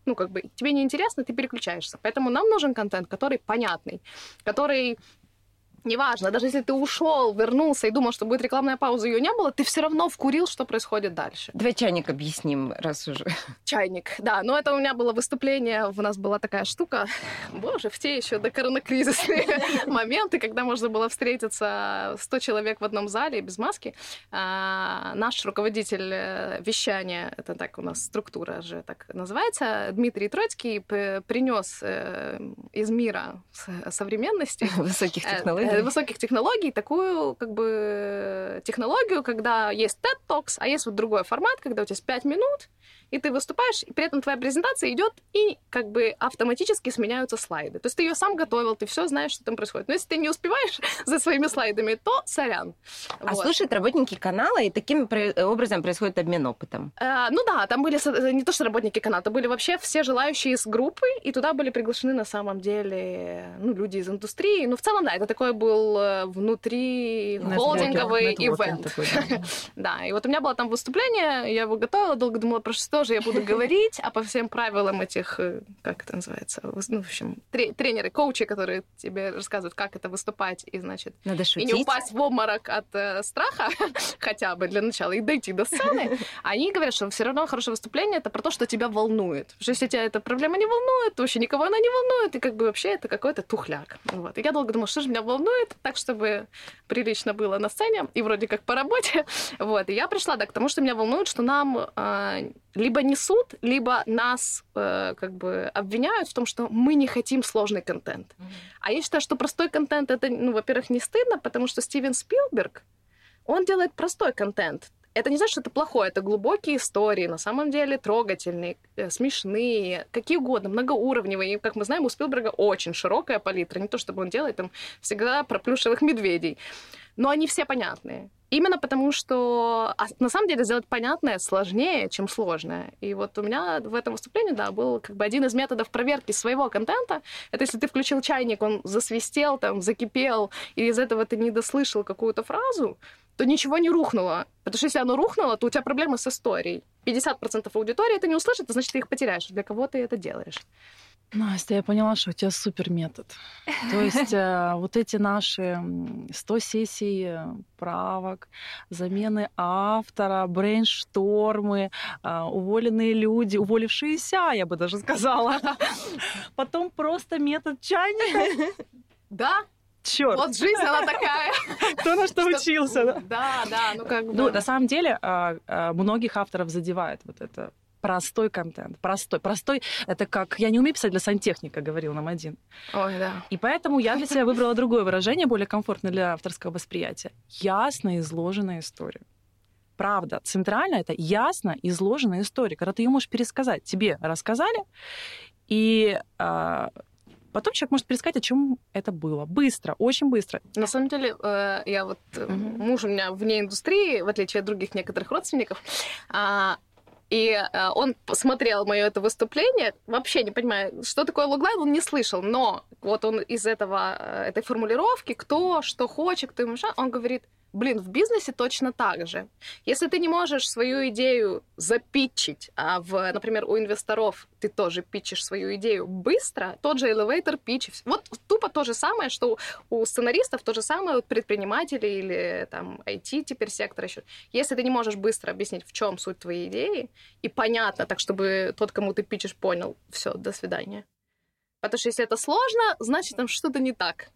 Тебе неинтересно, ты переключаешься. Поэтому нам нужен контент, который понятный, который Неважно, даже если ты ушел, вернулся и думал, что будет рекламная пауза, ее не было, ты все равно вкурил, что происходит дальше. Давай чайник объясним, раз уже. Чайник, да. Но это у меня было выступление, у нас была такая штука, боже, в те еще до коронакризисные моменты, когда можно было встретиться 100 человек в одном зале без маски. Наш руководитель вещания, это так у нас структура же так называется, Дмитрий Троицкий принес из мира современности высоких технологий такую как бы технологию, когда есть TED Talks, а есть вот другой формат, когда у тебя есть 5 минут, и ты выступаешь, и при этом твоя презентация идет, и как бы автоматически сменяются слайды. То есть ты ее сам готовил, ты все знаешь, что там происходит. Но если ты не успеваешь за своими слайдами, то сорян. А вот. Слушают работники канала, и таким образом происходит обмен опытом. Ну да, там были не то что работники канала, это были вообще все желающие из группы, и туда были приглашены на самом деле люди из индустрии. Ну в целом, да, это такой был внутри холдинговый ивент. Да, и вот у меня было там выступление, я его готовила, долго думала, про что же я буду говорить, а по всем правилам этих, как это называется, ну, в общем, тренеры, коучи, которые тебе рассказывают, как это выступать, и, значит, надо шутить. И не упасть в обморок от страха, хотя бы для начала, и дойти до сцены, они говорят, что все равно хорошее выступление — это про то, что тебя волнует. Потому что если тебя эта проблема не волнует, то вообще никого она не волнует, и как бы вообще это какой-то тухляк. Вот. И я долго думала, что же меня волнует, так, чтобы прилично было на сцене, и вроде как по работе. Вот. И я пришла, да, к тому, что меня волнует, что нам либо несут, либо нас как бы обвиняют в том, что мы не хотим сложный контент. А я считаю, что простой контент — это, ну, во-первых, не стыдно, потому что Стивен Спилберг, он делает простой контент. Это не значит, что это плохое, это глубокие истории, на самом деле трогательные, смешные, какие угодно, многоуровневые. И, как мы знаем, у Спилберга очень широкая палитра. Не то, чтобы он делает там всегда про плюшевых медведей. Но они все понятные. Именно потому, что на самом деле сделать понятное сложнее, чем сложное. И вот у меня в этом выступлении, да, был как бы один из методов проверки своего контента. Это если ты включил чайник, он засвистел, там, закипел, и из этого ты не дослышал какую-то фразу, то ничего не рухнуло. Потому что если оно рухнуло, то у тебя проблемы с историей. 50% аудитории это не услышит, то значит, ты их потеряешь. Для кого ты это делаешь? Настя, я поняла, что у тебя супер метод. То есть вот эти наши 100 сессий правок, замены автора, брейнштормы, уволенные люди, уволившиеся, я бы даже сказала. Потом просто метод чайника. Да. Чёрт. Вот жизнь, она такая. Кто на что учился. Да, ну как бы. Ну, на самом деле, многих авторов задевает вот это. Простой контент. Простой. Это как... Я не умею писать для сантехника, говорил нам один. Ой, да. И поэтому я для себя выбрала другое выражение, более комфортное для авторского восприятия. Ясно изложенная история. Правда. Центрально это ясно изложенная история. Когда ты ее можешь пересказать. Тебе рассказали, и... Потом человек может пересказать, о чем это было. Быстро, очень быстро. На самом деле, я вот... Муж у меня вне индустрии, в отличие от других некоторых родственников. И он посмотрел моё это выступление, вообще не понимая, что такое логлайн, он не слышал. Но вот он из этой формулировки, кто что хочет, кто ему мешает, он говорит: блин, в бизнесе точно так же. Если ты не можешь свою идею запитчить, а например, у инвесторов ты тоже питчишь свою идею быстро, тот же elevator pitch, вот тупо то же самое, что у сценаристов, то же самое у предпринимателей или там IT теперь сектор еще. Если ты не можешь быстро объяснить, в чем суть твоей идеи, и понятно, так чтобы тот, кому ты питчишь, понял, все, до свидания. Потому что если это сложно, значит, там что-то не так.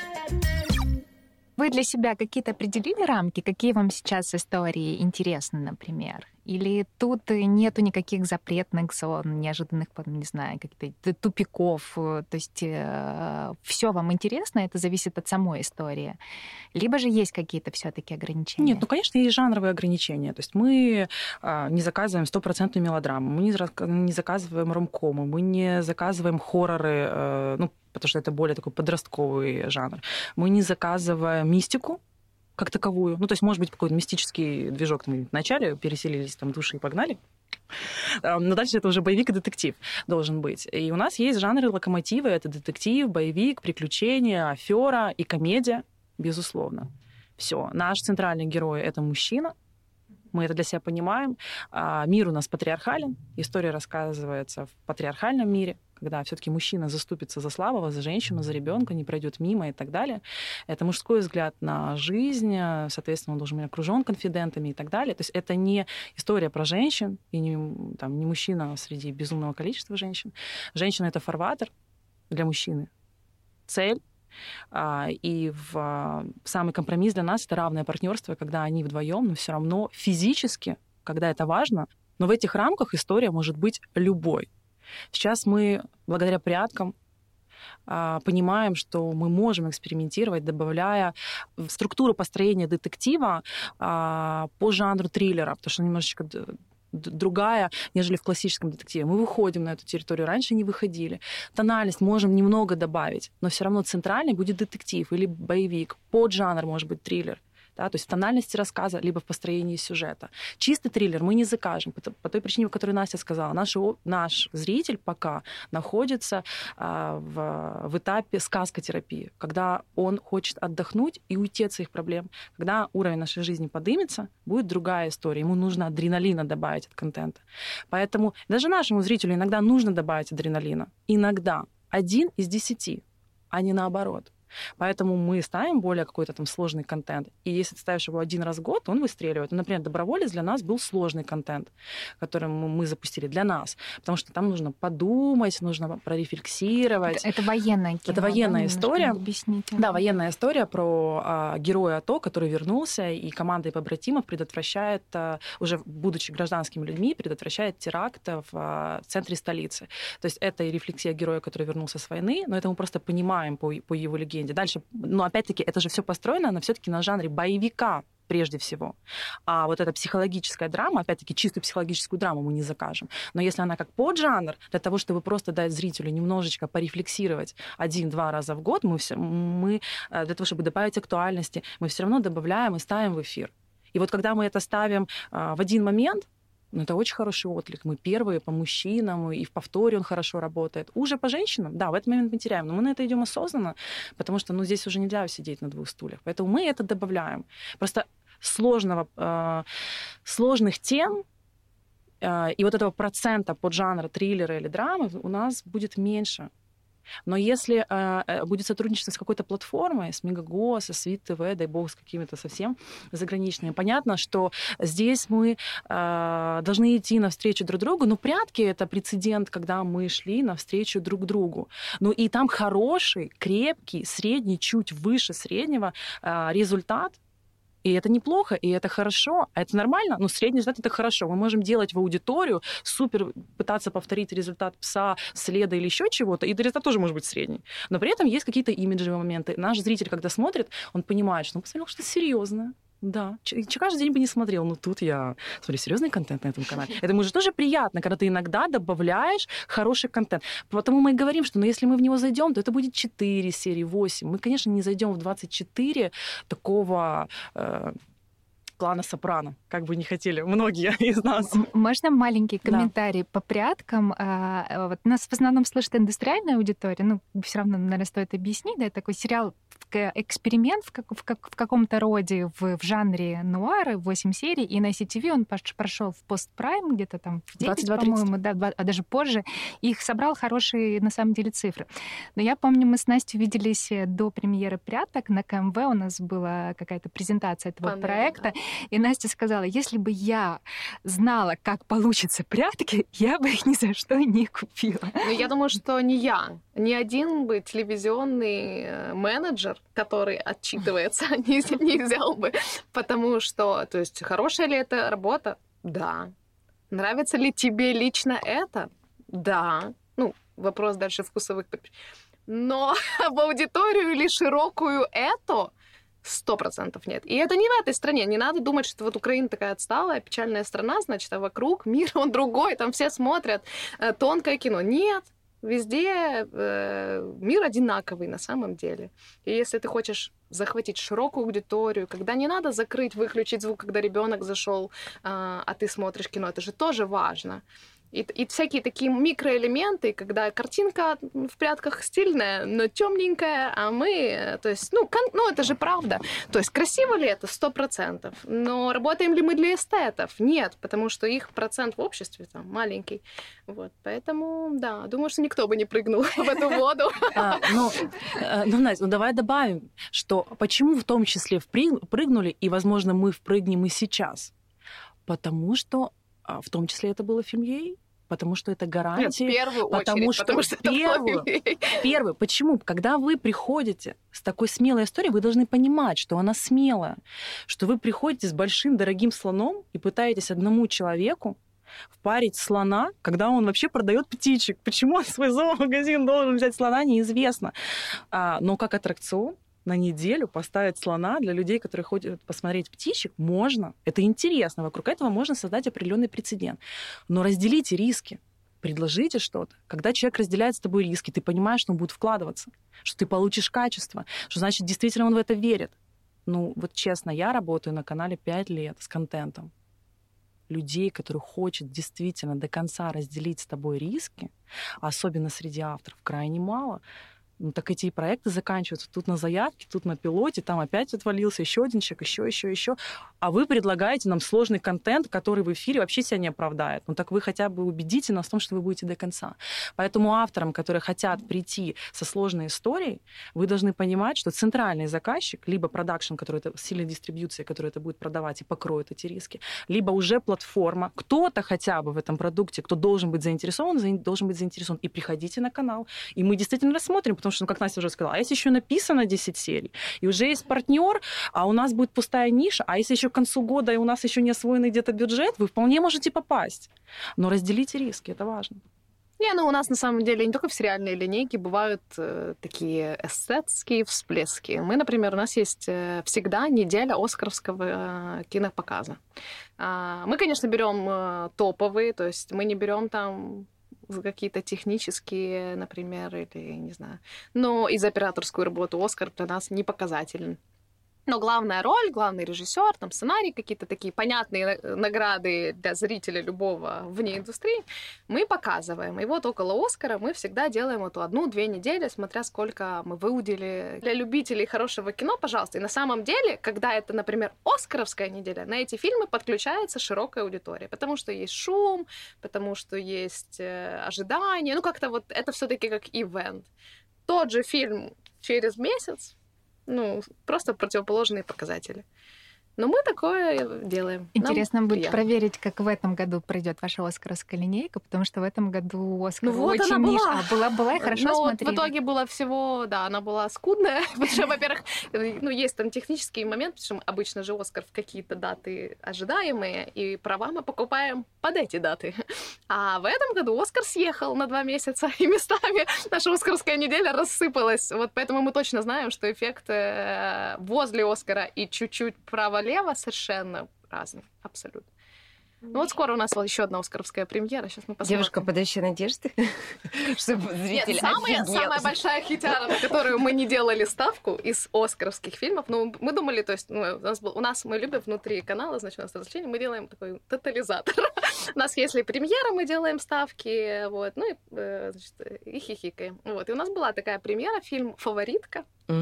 Вы для себя какие-то определили рамки? Какие вам сейчас истории интересны, например? Или тут нету никаких запретных зон, неожиданных, не знаю, каких-то тупиков? То есть все вам интересно, это зависит от самой истории? Либо же есть какие-то все-таки ограничения? Нет, ну, конечно, есть жанровые ограничения. То есть мы не заказываем 100% мелодраму, мы не заказываем ромкомы, мы не заказываем хорроры, потому что это более такой подростковый жанр. Мы не заказываем мистику как таковую. Ну, то есть, может быть, какой-то мистический движок мы вначале переселились, там, души и погнали. Но дальше это уже боевик и детектив должен быть. И у нас есть жанры локомотивы. Это детектив, боевик, приключения, афера и комедия, безусловно. Все. Наш центральный герой — это мужчина. Мы это для себя понимаем. Мир у нас патриархален. История рассказывается в патриархальном мире. когда все-таки мужчина заступится за слабого, за женщину, за ребенка, не пройдет мимо и так далее. Это мужской взгляд на жизнь, соответственно, он должен быть окружен конфидентами и так далее. То есть это не история про женщин, и не мужчина среди безумного количества женщин. Женщина — это фарватер для мужчины, цель. И самый компромисс для нас — это равное партнерство, когда они вдвоем, но все равно физически, когда это важно, но в этих рамках история может быть любой. Сейчас мы, благодаря пряткам, понимаем, что мы можем экспериментировать, добавляя в структуру построения детектива по жанру триллера, потому что немножечко другая, нежели в классическом детективе. Мы выходим на эту территорию, раньше не выходили. Тональность можем немного добавить, но все равно центральный будет детектив или боевик. Поджанр может быть триллер. Да, то есть в тональности рассказа, либо в построении сюжета. Чистый триллер мы не закажем, по той причине, о которой Настя сказала. Наш зритель пока находится в этапе сказкотерапии, когда он хочет отдохнуть и уйти от своих проблем. Когда уровень нашей жизни поднимется, будет другая история. Ему нужно адреналина добавить от контента. Поэтому даже нашему зрителю иногда нужно добавить адреналина. Иногда 1 из 10, а не наоборот. Поэтому мы ставим более какой-то там сложный контент. И если ты ставишь его 1 раз в год, он выстреливает. Например, «Доброволец» для нас был сложный контент, который мы запустили для нас. Потому что там нужно подумать, нужно прорефлексировать. Это военная кино. Это военная история. Объясните. Да, военная история про героя АТО, который вернулся, и командой побратимов предотвращает, уже будучи гражданскими людьми, предотвращает теракт в центре столицы. То есть это и рефлексия героя, который вернулся с войны, но это мы просто понимаем по его легенде. Дальше, но опять-таки, это же все построено, но все-таки на жанре боевика прежде всего. А вот эта психологическая драма, опять-таки, чистую психологическую драму мы не закажем. Но если она как поджанр, для того, чтобы просто дать зрителю немножечко порефлексировать 1-2 раза в год, мы для того, чтобы добавить актуальности, мы все равно добавляем и ставим в эфир. И вот когда мы это ставим в один момент, это очень хороший отклик. Мы первые по мужчинам, и в повторе он хорошо работает. Уже по женщинам, да, в этот момент мы теряем. Но мы на это идем осознанно, потому что здесь уже нельзя сидеть на 2 стульях. Поэтому мы это добавляем. Просто сложных тем и вот этого процента поджанра триллера или драмы у нас будет меньше. Но если будет сотрудничество с какой-то платформой, с Мегаго, со Свит ТВ, дай бог, с какими-то совсем заграничными, понятно, что здесь мы должны идти навстречу друг другу. Но «Прятки» — это прецедент, когда мы шли навстречу друг другу. Ну и там хороший, крепкий, средний, чуть выше среднего результат. И это неплохо, и это хорошо, а это нормально. Но средний результат — это хорошо. Мы можем делать в аудиторию, супер пытаться повторить результат «Пса», «Следа» или еще чего-то, и результат тоже может быть средний. Но при этом есть какие-то имиджевые моменты. Наш зритель, когда смотрит, он понимает, что он посмотрел что-то серьезное. Да, каждый день бы не смотрел, но тут я смотрю серьезный контент на этом канале. Это же тоже приятно, когда ты иногда добавляешь хороший контент. Потому мы и говорим, что если мы в него зайдем, то это будет 4 серии, 8. Мы, конечно, не зайдем в 24 такого клана «Сопрано», как бы не хотели многие из нас. Можно маленький комментарий по «Пряткам»? Вот нас в основном слышит индустриальная аудитория, все равно, наверное, стоит объяснить, да, такой сериал эксперимент в каком-то роде в жанре нуара, 8 серий, и на CTV он прошел в постпрайм где-то там в 9, по-моему, да, а даже позже, и их собрал хорошие, на самом деле, цифры. Но я помню, мы с Настей виделись до премьеры «Пряток» на КМВ, у нас была какая-то презентация этого проекта, и Настя сказала, если бы я знала, как получится «Прятки», я бы их ни за что не купила. Но я думаю, что не я. Ни один бы телевизионный менеджер, который отчитывается, не взял бы. Потому что, то есть, хорошая ли это работа? Да. Нравится ли тебе лично это? Да. Вопрос дальше вкусовых предпочтений. Но в аудиторию или широкую это 100% нет. И это не в этой стране. Не надо думать, что вот Украина такая отсталая, печальная страна, значит, а вокруг мир, он другой, там все смотрят тонкое кино. Нет. Везде мир одинаковый на самом деле. И если ты хочешь захватить широкую аудиторию, когда не надо закрыть, выключить звук, когда ребенок зашел, а ты смотришь кино, это же тоже важно. И всякие такие микроэлементы, когда картинка в прядках стильная, но темненькая, а мы, то есть, это же правда. То есть красиво ли это? 100%. Но работаем ли мы для эстетов? Нет, потому что их процент в обществе там маленький. Вот, поэтому, да, думаю, что никто бы не прыгнул в эту воду. Настя, давай добавим, что почему в том числе прыгнули, и, возможно, мы впрыгнем и сейчас. Потому что в том числе это было фильм, потому что это гарантия. Нет, в первую очередь, потому что это первый. Почему? Когда вы приходите с такой смелой историей, вы должны понимать, что она смелая, что вы приходите с большим дорогим слоном и пытаетесь одному человеку впарить слона, когда он вообще продает птичек. Почему он в свой зоомагазин должен взять слона, неизвестно. Но как аттракцион на неделю поставить слона для людей, которые ходят посмотреть птичек, можно. Это интересно. Вокруг этого можно создать определенный прецедент. Но разделите риски. Предложите что-то. Когда человек разделяет с тобой риски, ты понимаешь, что он будет вкладываться, что ты получишь качество, что значит действительно он в это верит. Вот честно, я работаю на канале 5 лет с контентом. Людей, которые хотят действительно до конца разделить с тобой риски, особенно среди авторов, крайне мало. Так эти проекты заканчиваются тут на заявке, тут на пилоте, там опять отвалился еще один чек, еще. А вы предлагаете нам сложный контент, который в эфире вообще себя не оправдает. Так вы хотя бы убедите нас в том, что вы будете до конца. Поэтому авторам, которые хотят прийти со сложной историей, вы должны понимать, что центральный заказчик, либо продакшн, который это сильная дистрибьюция, который это будет продавать и покроет эти риски, либо уже платформа, кто-то хотя бы в этом продукте, кто должен быть заинтересован. И приходите на канал. И мы действительно рассмотрим, потому что, как Настя уже сказала, а если еще написано 10 серий, и уже есть партнер, а у нас будет пустая ниша, а если еще к концу года и у нас еще не освоенный где-то бюджет, вы вполне можете попасть. Но разделите риски, это важно. У нас на самом деле не только в сериальной линейке бывают такие эстетские всплески. Мы, например, у нас есть всегда неделя оскаровского кинопоказа. Мы, конечно, берем топовые, то есть мы не берем там какие-то технические, например, или, не знаю. Но и за операторскую работу Оскар для нас не показателен. Но главная роль, главный режиссер, там сценарий, какие-то такие понятные награды для зрителя любого вне индустрии мы показываем. И вот около Оскара мы всегда делаем эту 1-2 недели, смотря сколько мы выудили. Для любителей хорошего кино, пожалуйста. И на самом деле, когда это, например, Оскаровская неделя, на эти фильмы подключается широкая аудитория, потому что есть шум, потому что есть ожидания. Как-то вот это все-таки как ивент. Тот же фильм через месяц, просто противоположные показатели. Но мы такое делаем. Интересно будет проверить, как в этом году пройдет ваша оскаровская линейка, потому что в этом году Оскар очень ниша. Была и хорошо смотрели. В итоге было всего, она была скудная, потому что, во-первых, есть там технический момент, потому что обычно же Оскар в какие-то даты ожидаемые, и права мы покупаем под эти даты. А в этом году Оскар съехал на 2 месяца, и местами наша оскаровская неделя рассыпалась. Вот поэтому мы точно знаем, что эффект возле Оскара и чуть-чуть право-лево совершенно разный, абсолютно. Скоро у нас еще одна оскаровская премьера. Сейчас мы посмотрим. Девушка, подающая надежды, чтобы зритель офигел. Самая большая хитяра, на которую мы не делали ставку из оскаровских фильмов. Мы думали, то есть у нас мы любим внутри канала, значит, у нас развлечение, мы делаем такой тотализатор. У нас, если премьера, мы делаем ставки, и хихикаем. И у нас была такая премьера, фильм «Фаворитка».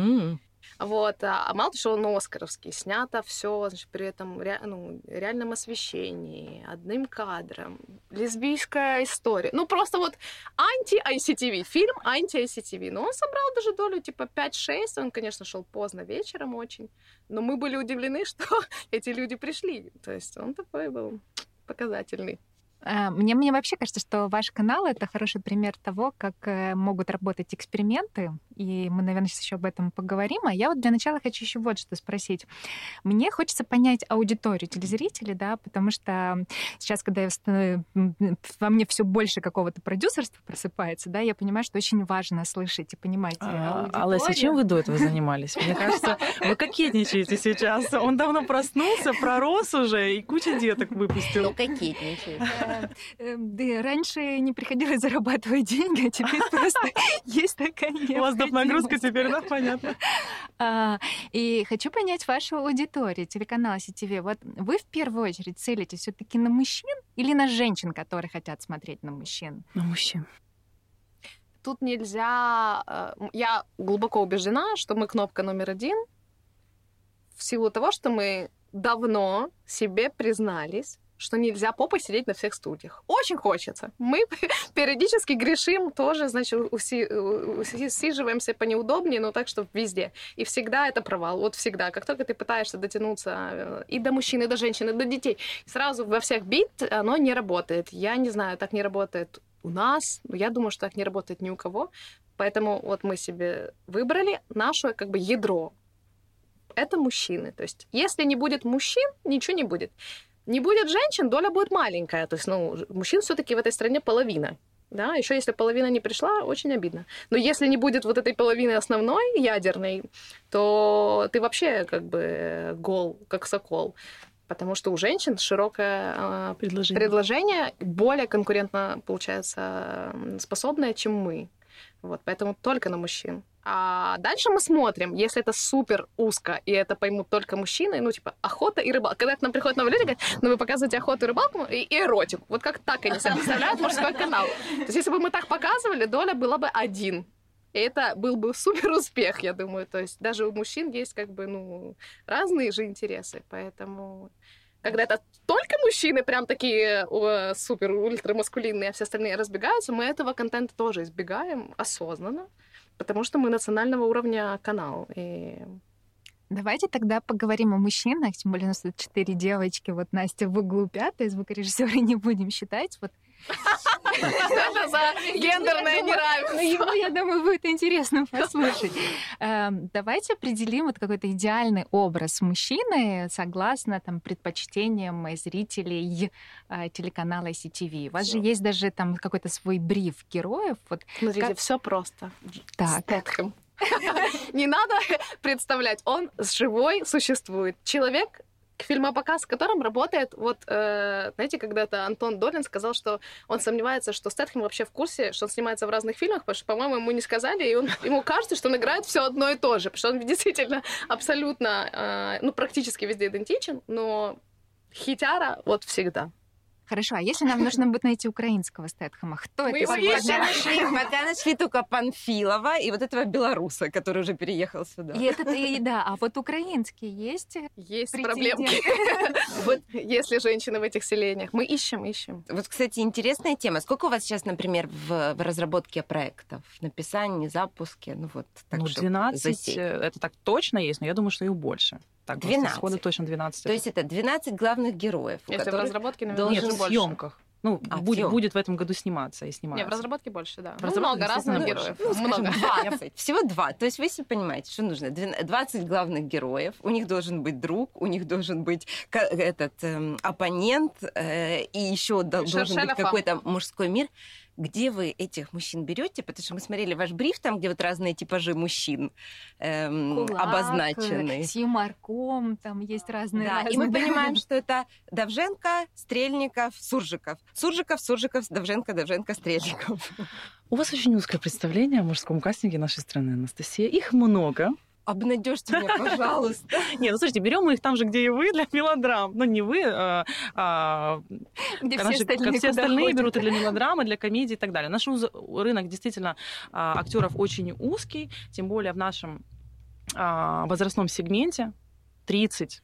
А мало того, что он оскаровский, снято все, при этом реальном освещении, одним кадром, лесбийская история. Просто анти-ICTV, фильм анти-ICTV. Но он собрал даже долю 5-6, он, конечно, шел поздно вечером очень, но мы были удивлены, что эти люди пришли. То есть он такой был показательный. Мне вообще кажется, что ваш канал — это хороший пример того, как могут работать эксперименты, и мы, наверное, сейчас еще об этом поговорим. А я для начала хочу еще вот что спросить. Мне хочется понять аудиторию телезрителей, потому что сейчас, когда во мне все больше какого-то продюсерства просыпается, я понимаю, что очень важно слышать и понимать аудиторию. Алеся, чем вы до этого занимались? Мне кажется, вы кокетничаете сейчас. Он давно проснулся, пророс уже и куча деток выпустил. Кокетничает. Раньше не приходилось зарабатывать деньги, а теперь просто есть такая необходимость. У вас доп. Нагрузка теперь, понятно. И хочу понять вашу аудиторию, телеканал CTV. Вот вы в первую очередь целитесь все-таки на мужчин или на женщин, которые хотят смотреть на мужчин? На мужчин. Тут нельзя... Я глубоко убеждена, что мы кнопка номер 1 в силу того, что мы давно себе признались, что нельзя попой сидеть на всех стульях. Очень хочется. Мы периодически грешим тоже, значит, усиживаемся поneудобнее, но так, что везде. И всегда это провал. Вот всегда. Как только ты пытаешься дотянуться и до мужчин, и до женщин, и до детей, сразу во всех бит, оно не работает. Я не знаю, так не работает у нас, но я думаю, что так не работает ни у кого. Поэтому вот мы себе выбрали наше как бы ядро. Это мужчины. То есть если не будет мужчин, ничего не будет. Не будет женщин, доля будет маленькая. То есть, мужчин все-таки в этой стране половина. Да? Еще если половина не пришла, очень обидно. Но если не будет вот этой половины основной, ядерной, то ты вообще как бы гол, как сокол. Потому что у женщин широкое предложение, более конкурентно, получается, способное, чем мы. Вот, поэтому только на мужчин. А дальше мы смотрим, если это супер узко, и это поймут только мужчины, типа охота и рыбалка. Когда к нам приходят новые люди, говорят, вы показываете охоту и рыбалку и эротику. Вот как так они себе представляют мужской канал. То есть если бы мы так показывали, доля была бы 1. И это был бы супер успех, я думаю. То есть даже у мужчин есть как бы, разные же интересы, поэтому... Когда это только мужчины, прям такие супер ультрамаскулинные, а все остальные разбегаются, мы этого контента тоже избегаем осознанно, потому что мы национального уровня канал. И... Давайте тогда поговорим о мужчинах, тем более у нас тут 4 девочки, вот Настя в углу 5-я, звукорежиссера не будем считать, вот. Что это за гендерное неравенство? Ему, я думаю, будет интересно послушать. Давайте определим вот какой-то идеальный образ мужчины согласно там предпочтениям зрителей телеканала CTV. У вас же есть даже там какой-то свой бриф героев. Вот смотрите, все просто. Так. Стэтхэм. Не надо представлять, он живой существует. Человек, фильмопоказ, с которым работает, знаете, когда-то Антон Долин сказал, что он сомневается, что Стэтхэм вообще в курсе, что он снимается в разных фильмах, потому что, по-моему, ему не сказали, и ему кажется, что он играет все одно и то же, потому что он действительно абсолютно, практически везде идентичен, но хитяра вот всегда. Хорошо, а если нам нужно будет найти украинского Стэтхэма, кто мы это? Мы пока нашли только Панфилова и вот этого белоруса, который уже переехал сюда. А вот украинский есть? Есть проблемки. Вот если женщины в этих селениях. Мы ищем. Вот, кстати, интересная тема. Сколько у вас сейчас, например, в разработке проектов? Написании, запуске? 12, это так точно есть, но я думаю, что их больше. Так, 12. Сходу точно 12. То есть это 12 главных героев. Если в разработке, наверное, нет, в съемках. Будет в этом году сниматься и снимается. Нет, в разработке больше, да. Много разных героев. Много. 2. Всего 2. То есть вы себе понимаете, что нужно. 20 главных героев. У них должен быть друг, у них должен быть оппонент, и еще должен быть какой-то мужской мир. Где вы этих мужчин берете? Потому что мы смотрели ваш бриф, там, где вот разные типажи мужчин обозначены. С юморком, там есть разные. И мы понимаем, что это Довженко, Стрельников, Суржиков. Суржиков, Довженко, Стрельников. У вас очень узкое представление о мужском кастинге нашей страны, Анастасия. Их много. Обнадежьте меня, пожалуйста. Нет, слушайте, берем мы их там же, где и вы, для мелодрам. Не вы, где все остальные берут и для мелодрамы, для комедии и так далее. Наш рынок действительно актеров очень узкий, тем более в нашем возрастном сегменте 30-45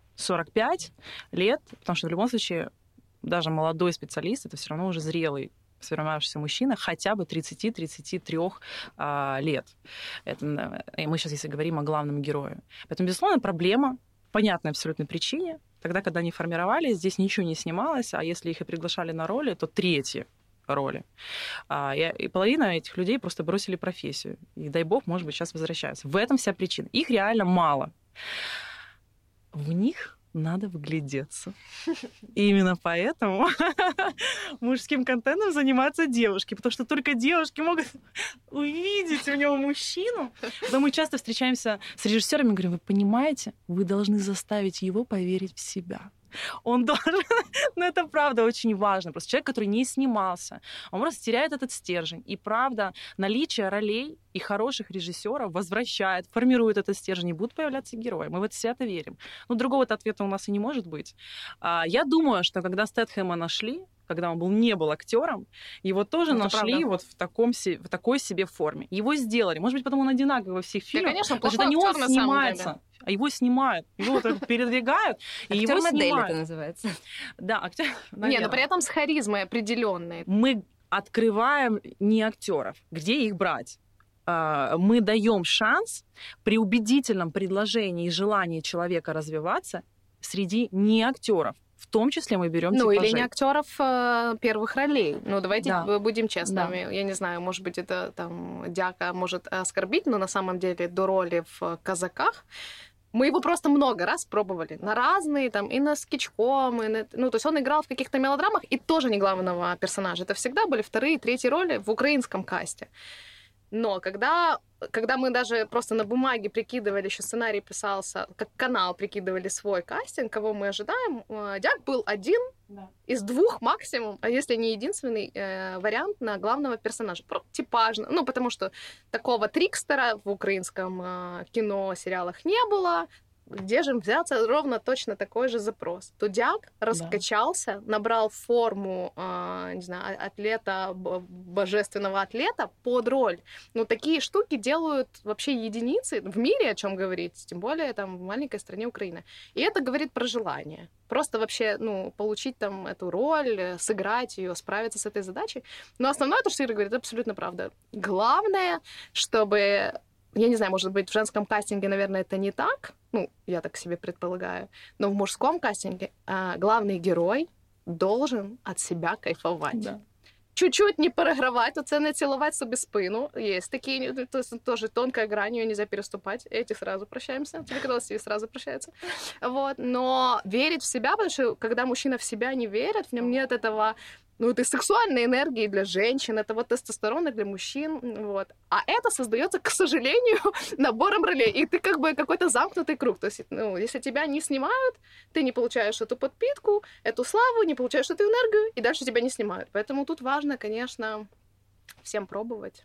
лет, потому что в любом случае даже молодой специалист это все равно уже зрелый сформировавшийся мужчина хотя бы 30-33 лет. И мы сейчас, если говорим о главном герое. Поэтому, безусловно, проблема, понятной абсолютной причине. Тогда, когда они формировались, здесь ничего не снималось, а если их и приглашали на роли, то 3 роли. И половина этих людей просто бросили профессию. И, дай бог, может быть, сейчас возвращаются. В этом вся причина. Их реально мало. В них надо вглядеться. И именно поэтому мужским контентом занимаются девушки, потому что только девушки могут увидеть в нем мужчину. Но мы часто встречаемся с режиссерами и говорим, вы понимаете, вы должны заставить его поверить в себя. он должен... Ну, это правда очень важно. Просто человек, который не снимался, он просто теряет этот стержень. И правда, наличие ролей и хороших режиссеров возвращает, формирует этот стержень, и будут появляться герои. Мы в это свято верим. Но другого-то ответа у нас и не может быть. Я думаю, что когда Стэтхэма нашли, когда он не был актером, его тоже нашли вот в такой себе форме. Его сделали. Может быть, потому он одинаковый во всех фильмах. Да, конечно, потому что не он снимается, а его снимают. Его вот передвигают, и его снимают. Это называется. Да, актер. Не, но при этом с харизмой определенной. Мы открываем не актеров. Где их брать? Мы даем шанс при убедительном предложении и желании человека развиваться среди не актеров. В том числе мы берем типажей. Или не актеров первых ролей. Ну, давайте будем честными. Да. Я не знаю, может быть, это там Дяка может оскорбить, но на самом деле до роли в «Казаках» мы его просто много раз пробовали. На разные, там, и на Скичком, и на... Ну, то есть он играл в каких-то мелодрамах, и тоже не главного персонажа. Это всегда были вторые, третьи роли в украинском касте. Но когда мы даже просто на бумаге прикидывали, еще сценарий писался, как канал прикидывали свой кастинг, кого мы ожидаем, Дяк был один из двух максимум, а если не единственный вариант на главного персонажа. Типажно. Ну, потому что такого трикстера в украинском кино, сериалах не было. Где же взяться ровно точно такой же запрос? То Дяк раскачался, набрал форму, не знаю, атлета, божественного атлета под роль. Ну, такие штуки делают вообще единицы в мире, о чем говорить, тем более там в маленькой стране Украины. И это говорит про желание. Просто вообще, ну, получить там эту роль, сыграть ее, справиться с этой задачей. Но основное, то, что Ира говорит, это абсолютно правда. Главное, чтобы... Я не знаю, может быть, в женском кастинге, наверное, это не так. Ну, я так себе предполагаю. Но в мужском кастинге главный герой должен от себя кайфовать. Да. Чуть-чуть не перегравать, оце не цілувати собі спину. Есть такие, то есть тоже тонкая грань, ее нельзя переступать. Эти сразу прощаемся. Тебе казалось, все сразу прощаются. Вот. Но верить в себя, потому что когда мужчина в себя не верит, в нем нет этого... Ну, это сексуальной энергии для женщин, это вот тестостерона для мужчин, вот. А это создается, к сожалению, набором ролей. И ты как бы какой-то замкнутый круг. То есть, ну, если тебя не снимают, ты не получаешь эту подпитку, эту славу, не получаешь эту энергию, и дальше тебя не снимают. Поэтому тут важно, конечно, всем пробовать.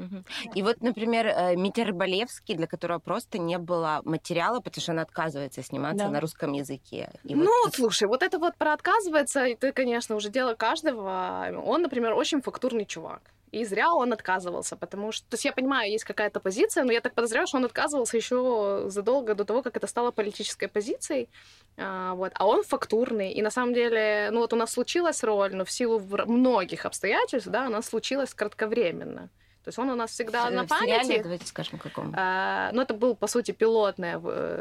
И вот, например, Митя Рыболевский, для которого просто не было материала, потому что он отказывается сниматься на русском языке. И ну, вот... слушай, вот это вот про отказывается, это, конечно, уже дело каждого. Он, например, очень фактурный чувак. И зря он отказывался, потому что... То есть я понимаю, есть какая-то позиция, но я так подозреваю, что он отказывался еще задолго до того, как это стало политической позицией. Вот. А он фактурный. И на самом деле, ну вот у нас случилась роль, но в силу многих обстоятельств, да, она случилась кратковременно. То есть он у нас всегда на памяти. В сериале, давайте скажем, каком. Ну, это был, по сути, пилотная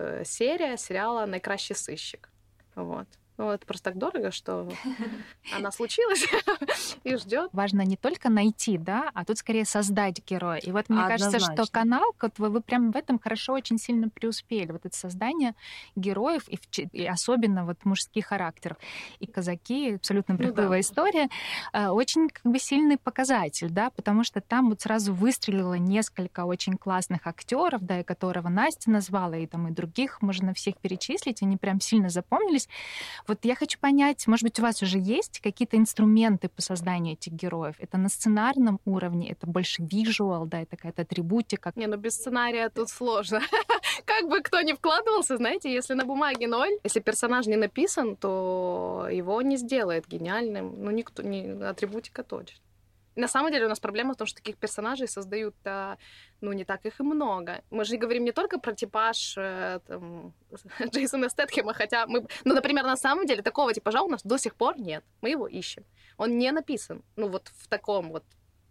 серия сериала «Найкращий сыщик». Вот. Ну, это просто так дорого, что она случилась и ждет. Важно не только найти, да, а тут скорее создать героя. И вот мне кажется, что канал, вот вы прям в этом хорошо очень сильно преуспели. Вот это создание героев и особенно вот мужских характеров. И «Казаки», абсолютно бредовая история, очень как бы сильный показатель, да, потому что там вот сразу выстрелило несколько очень классных актеров, да, и которого Настя назвала, и там и других можно всех перечислить, они прям сильно запомнились. Вот я хочу понять, может быть, у вас уже есть какие-то инструменты по созданию этих героев? Это на сценарном уровне, это больше визуал, да, это какая-то атрибутика? Не, ну без сценария тут сложно. Как бы кто ни вкладывался, знаете, если на бумаге 0, если персонаж не написан, то его не сделает гениальным. Ну, никто, атрибутика точно. На самом деле у нас проблема в том, что таких персонажей создают, ну, не так их и много. Мы же говорим не только про типаж там, Джейсона Стэтхэма, хотя мы... Ну, например, на самом деле такого типажа у нас до сих пор нет. Мы его ищем. Он не написан. Ну, вот в таком вот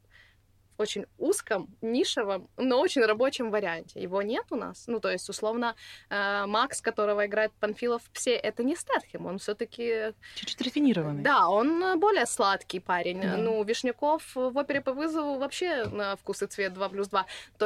очень узком, нишевом, но очень рабочем варианте. Его нет у нас. Ну, то есть, условно, Макс, которого играет Панфилов в «Псе», это не Стэтхэм, он все-таки чуть-чуть рафинированный. Да, он более сладкий парень. Да. Ну, Вишняков в «Опере по вызову» вообще на вкус и цвет 2+2. То есть,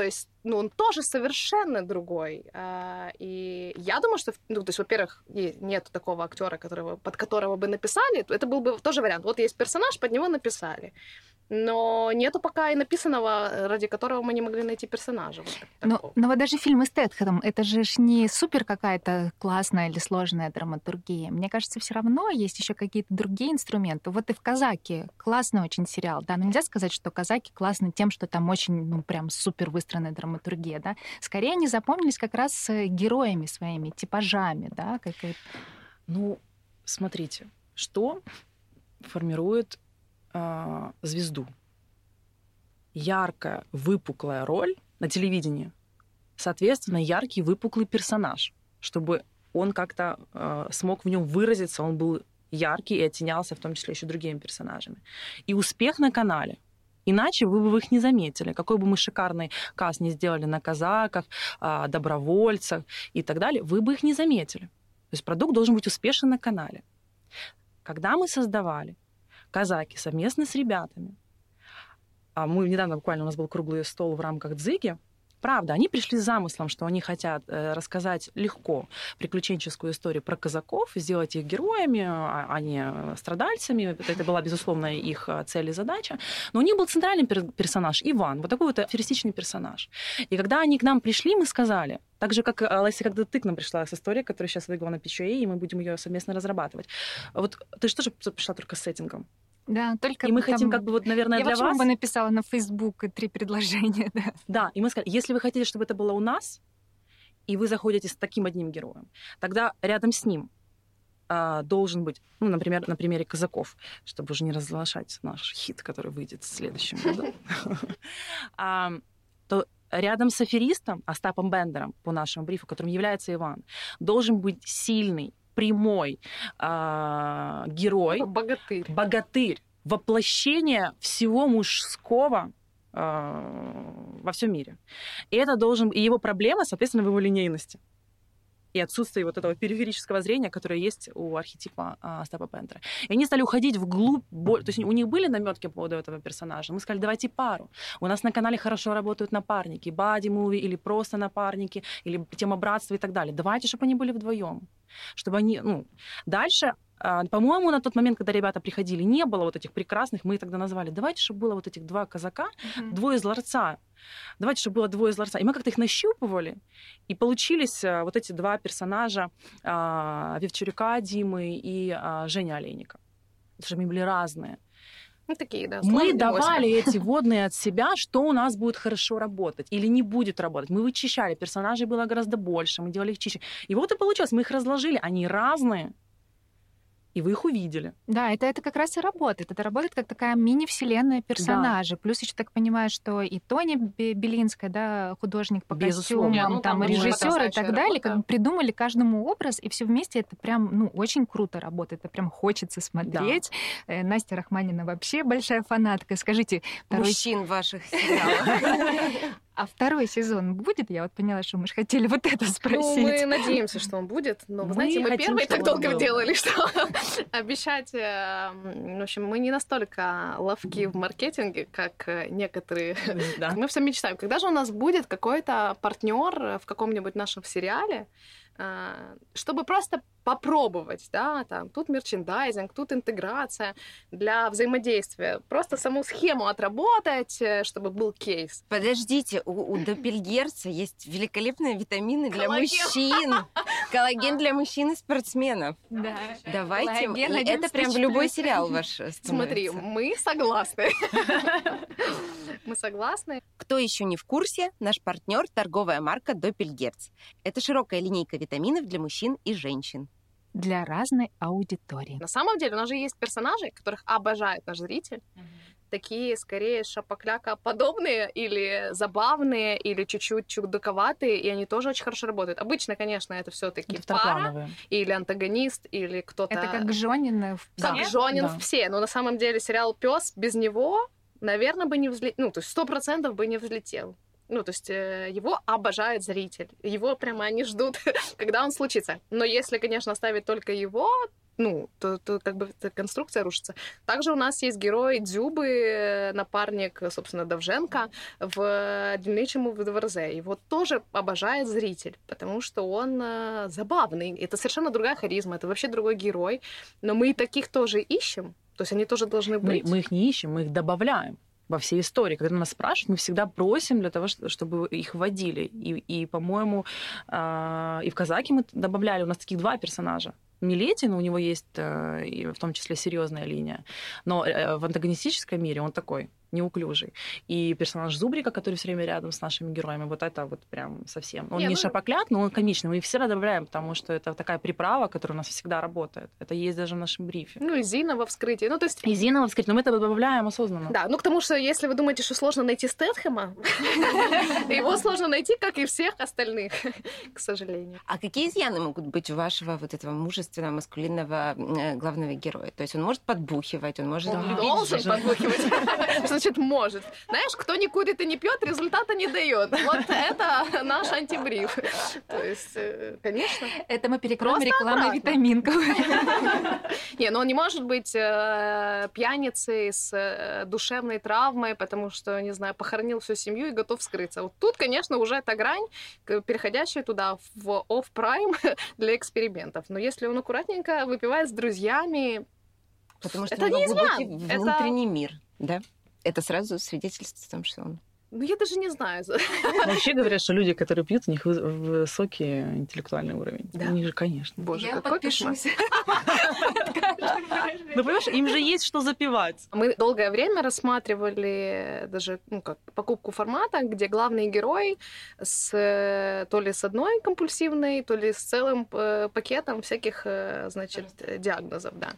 он тоже совершенно другой. И я думаю, что, то есть, во-первых, нет такого актера, под которого бы написали. Это был бы тоже вариант. Вот есть персонаж, под него написали. Но нету пока и написанного, ради которого мы не могли найти персонажа. Но вот даже фильм «Стэтхэм» — это же не супер какая-то классная или сложная драматургия. Мне кажется, все равно есть еще какие-то другие инструменты. Вот и в «Казаки» классный очень сериал, да, но нельзя сказать, что «Казаки» классны тем, что там очень, прям супер выстроенная драматургия, да. Скорее они запомнились как раз с героями своими, типажами, да. Смотрите, что формирует звезду. Яркая, выпуклая роль на телевидении, соответственно, яркий, выпуклый персонаж, чтобы он как-то смог в нем выразиться, он был яркий и оттенялся в том числе еще другими персонажами. И успех на канале. Иначе вы бы их не заметили. Какой бы мы шикарный каст не сделали на казаках, добровольцах и так далее, вы бы их не заметили. То есть продукт должен быть успешен на канале. Когда мы создавали «Казаки» совместно с ребятами. Мы недавно буквально, у нас был круглый стол в рамках «Дзыги». Правда, они пришли с замыслом, что они хотят рассказать легко приключенческую историю про казаков, сделать их героями, а не страдальцами. Это была, безусловно, их цель и задача. Но у них был центральный персонаж Иван, вот такой вот аферистичный персонаж. И когда они к нам пришли, мы сказали, так же, как Леся, когда ты к нам пришла с историей, которая сейчас выиграла на PHA, и мы будем ее совместно разрабатывать. Вот ты же тоже пришла только с сеттингом. Да, только и мы хотим, наверное, для вас... Я бы написала на Facebook 3 предложения, да. Да, и мы сказали, если вы хотите, чтобы это было у нас, и вы заходите с таким одним героем, тогда рядом с ним должен быть, например, на примере казаков, чтобы уже не разглашать наш хит, который выйдет в следующем году, то рядом с аферистом, Остапом Бендером, по нашему брифу, которым является Иван, должен быть сильный, прямой герой. Богатырь. Воплощение всего мужского во всем мире. И его проблема, соответственно, в его линейности. И отсутствие вот этого периферического зрения, которое есть у архетипа Остапа Бендера. И они стали уходить вглубь. То есть у них были намётки по поводу этого персонажа. Мы сказали, давайте пару. У нас на канале хорошо работают напарники, бади-муви или просто напарники, или тема братства и так далее. Давайте, чтобы они были вдвоем. Чтобы они... Дальше, по-моему, на тот момент, когда ребята приходили, не было вот этих прекрасных, мы их тогда назвали, давайте, чтобы было вот этих 2 казака, 2 из ларца. Давайте, чтобы было 2 из ларца. И мы как-то их нащупывали, и получились вот эти 2 персонажа Вевчурюка Димы и Жени Олейника. Потому что они были разные. Такие, да. Мы давали эти водные от себя, что у нас будет хорошо работать или не будет работать. Мы вычищали, персонажей было гораздо больше, мы делали их чище. И вот и получилось, мы их разложили, они разные, и вы их увидели. Да, это как раз и работает. Это работает как такая мини-вселенная персонажей. Да. Плюс еще так понимаю, что и Тоня Белинская, да, художник по костюмам, там режиссер и так далее, как бы придумали каждому образ, и все вместе это прям, очень круто работает. Это прям хочется смотреть. Да. Настя Рахманина вообще большая фанатка. Скажите, мужчин ваших сериалов. А 2 сезон будет? Я вот поняла, что мы же хотели вот это спросить. Мы надеемся, что он будет. Но, вы знаете, мы первый так долго делали, что обещать... В общем, мы не настолько ловки в маркетинге, как некоторые. Да. Мы все мечтаем. Когда же у нас будет какой-то партнер в каком-нибудь нашем сериале, чтобы просто попробовать, да, там, тут мерчендайзинг, тут интеграция для взаимодействия. Просто саму схему отработать, чтобы был кейс. Подождите, у Доппельгерца есть великолепные витамины для мужчин. Коллаген для мужчин и спортсменов. Да. Давайте, это прям в любой сериал ваш становится. Смотри, мы согласны. Мы согласны. Кто еще не в курсе, наш партнер — торговая марка Доппельгерц. Это широкая линейка витаминов для мужчин и женщин. Для разной аудитории. На самом деле у нас же есть персонажи, которых обожает наш зритель. Такие, скорее, шапокляка-подобные или забавные, или чуть-чуть чудаковатые, и они тоже очень хорошо работают. Обычно, конечно, это все-таки пара, или антагонист, или кто-то... Это как Жонин в «Псе». Как Жонин в «Псе». Но на самом деле сериал «Пёс» без него, наверное, бы не взлетел. То есть 100% бы не взлетел. То есть его обожает зритель. Его прямо они ждут, когда он случится. Но если, конечно, оставить только его, то как бы эта конструкция рушится. Также у нас есть герой Дзюбы, напарник, собственно, Довженко в «Дільничому дворзе». Его тоже обожает зритель, потому что он забавный. Это совершенно другая харизма, это вообще другой герой. Но мы таких тоже ищем, то есть они тоже должны быть. Мы их не ищем, мы их добавляем во всей истории. Когда нас спрашивают, мы всегда просим для того, чтобы их вводили. И по-моему, и в «Казаке» мы добавляли, у нас таких 2 персонажа. Милетин, у него есть в том числе серьезная линия, но в антагонистическом мире он такой неуклюжий. И персонаж Зубрика, который все время рядом с нашими героями, вот это вот прям совсем. Он не шапокляк, но он комичный. Мы их всегда добавляем, потому что это такая приправа, которая у нас всегда работает. Это есть даже в нашем брифе. И Зина во вскрытии. То есть... И Зина во вскрытии, но мы это добавляем осознанно. Да, к тому, что если вы думаете, что сложно найти Стэтхэма, его сложно найти, как и всех остальных, к сожалению. А какие изъяны могут быть у вашего вот этого мужественного, маскулинного главного героя? То есть он может подбухивать, он может любить должен подбухивать. Значит, может. Знаешь, кто не курит и не пьет, результата не дает. Вот это наш антибриф. То есть, конечно. Это мы перекроем рекламой витаминку. Не, он не может быть пьяницей с душевной травмой, потому что, не знаю, похоронил всю семью и готов скрыться. Вот тут, конечно, уже эта грань, переходящая туда в off-prime для экспериментов. Но если он аккуратненько выпивает с друзьями, потому что это у него не изъян. глубокий внутренний мир, да? Это сразу свидетельствует о том, что он... Я даже не знаю. Вообще говорят, что люди, которые пьют, у них высокий интеллектуальный уровень. Да. У них же, конечно. Боже, я какой кошмар. Ну, понимаешь, им же есть что запивать. Мы долгое время рассматривали даже покупку формата, где главный герой то ли с одной компульсивной, то ли с целым пакетом всяких, значит, диагнозов, да.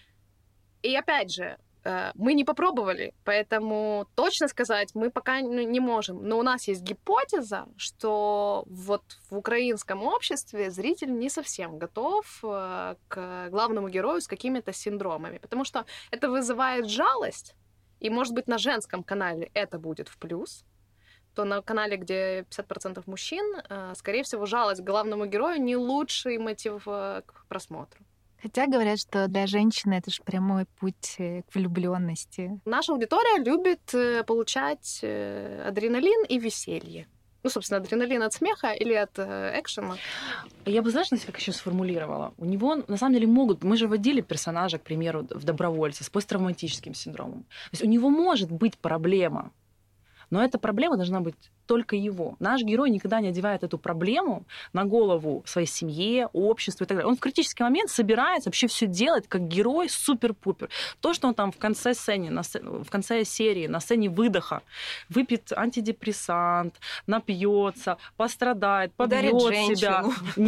И опять же, мы не попробовали, поэтому точно сказать мы пока не можем. Но у нас есть гипотеза, что вот в украинском обществе зритель не совсем готов к главному герою с какими-то синдромами, потому что это вызывает жалость, и, может быть, на женском канале это будет в плюс, то на канале, где 50% мужчин, скорее всего, жалость к главному герою не лучший мотив к просмотру. Хотя говорят, что для женщины это же прямой путь к влюбленности. Наша аудитория любит получать адреналин и веселье. Собственно, адреналин от смеха или от экшена. Я бы, знаешь, как еще сформулировала? У него, на самом деле, мы же вводили персонажа, к примеру, в добровольца с посттравматическим синдромом. То есть у него может быть проблема, но эта проблема должна быть только его. Наш герой никогда не одевает эту проблему на голову своей семье, обществу и так далее. Он в критический момент собирается вообще все делать как герой супер-пупер. То, что он там в конце серии, на сцене выдоха выпьет антидепрессант, напьется, пострадает, побьет себя.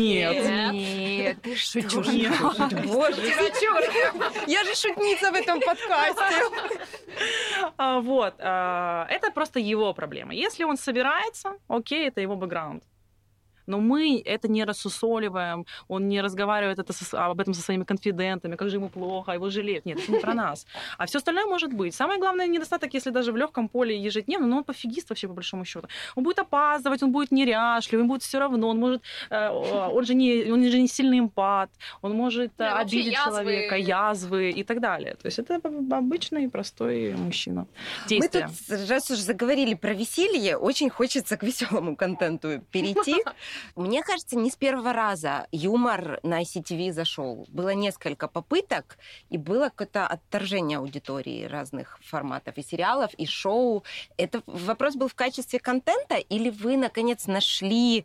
Нет, ты шутишь. Боже, я же шутница в этом подкасте. Вот. Это просто его проблема. Если он собирается, окей, это его бэкграунд. Но мы это не рассусоливаем, он не разговаривает об этом со своими конфидентами, как же ему плохо, его жалеют. Нет, это не про нас. А все остальное может быть. Самый главный недостаток, если даже в легком поле ежедневно, но он пофигист вообще по большому счету. Он будет опаздывать, он будет неряшлив, ему будет все равно, он же не сильный эмпат, он может обидеть человека, язвы и так далее. То есть это обычный простой мужчина. Действие. Мы тут, раз уж заговорили про веселье, очень хочется к веселому контенту перейти. Мне кажется, не с первого раза юмор на ICTV зашел. Было несколько попыток, и было какое-то отторжение аудитории разных форматов и сериалов, и шоу. Это вопрос был в качестве контента, или вы, наконец, нашли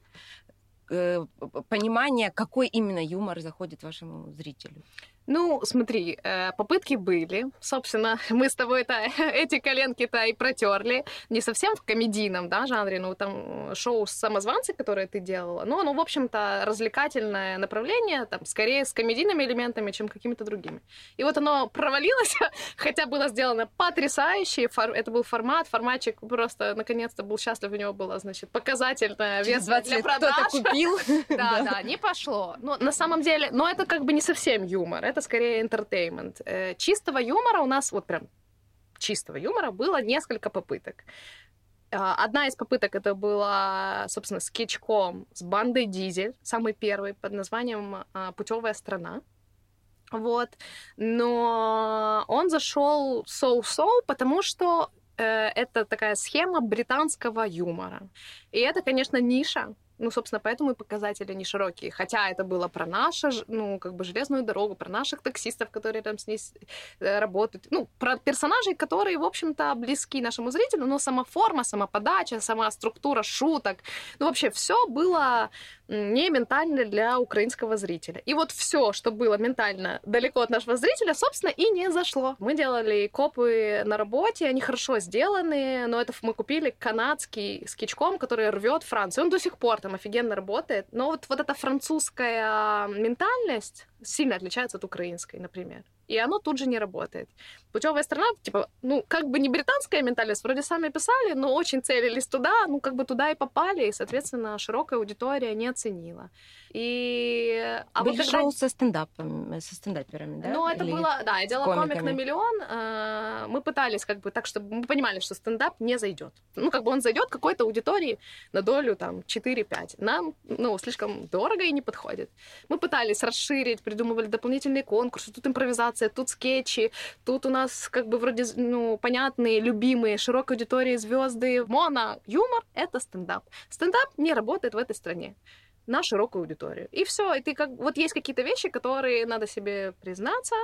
понимание, какой именно юмор заходит вашему зрителю? Смотри, попытки были. Собственно, мы с тобой эти коленки-то и протерли. Не совсем в комедийном, жанре, там шоу «Самозванцы», которое ты делала, оно, в общем-то, развлекательное направление, там, скорее с комедийными элементами, чем какими-то другими. И вот оно провалилось, хотя было сделано потрясающе. Это был форматчик просто, наконец-то, был счастлив, у него было, значит, показательное вес для продаж. Кто-то купил. Да, не пошло. На самом деле, это как бы не совсем юмор, это скорее entertainment. Чистого юмора у нас, вот прям чистого юмора было несколько попыток. Одна из попыток это была, собственно, скетчком с бандой Дизель, самый первый, под названием «Путевая страна». Вот. Но он зашел so-so, потому что это такая схема британского юмора. И это, конечно, ниша. Ну, собственно, поэтому и показатели не широкие. Хотя это было про нашу, ну, как бы железную дорогу, про наших таксистов, которые там с ней работают. Ну, про персонажей, которые, в общем-то, близки нашему зрителю, но сама форма, сама подача, сама структура шуток, ну, вообще все было не ментально для украинского зрителя. И вот все, что было ментально далеко от нашего зрителя, собственно, и не зашло. Мы делали копы на работе, они хорошо сделаны, но это мы купили канадский скетчком, который рвет Францию. Он до сих пор там офигенно работает. Но вот эта французская ментальность сильно отличается от украинской, например. И оно тут же не работает. Путевая страна, типа, ну, как бы не британская ментальность, вроде сами писали, но очень целились туда, ну, как бы туда и попали, и, соответственно, широкая аудитория не оценила. И... Были вот шоу со стендаперами, да? Ну, это или было, да, я делала комик на миллион. Мы пытались как бы так, чтобы мы понимали, что стендап не зайдет. Ну, как бы он зайдет какой-то аудитории на долю, там, 4-5. Нам, ну, слишком дорого и не подходит. Мы пытались расширить, придумывали дополнительные конкурсы, тут импровизация, тут скетчи, тут у нас как бы вроде, ну, понятные, любимые, широкой аудитории звезды. Моно-юмор — это стендап. Стендап не работает в этой стране на широкую аудиторию. И все. И ты как... Вот есть какие-то вещи, которые надо себе признаться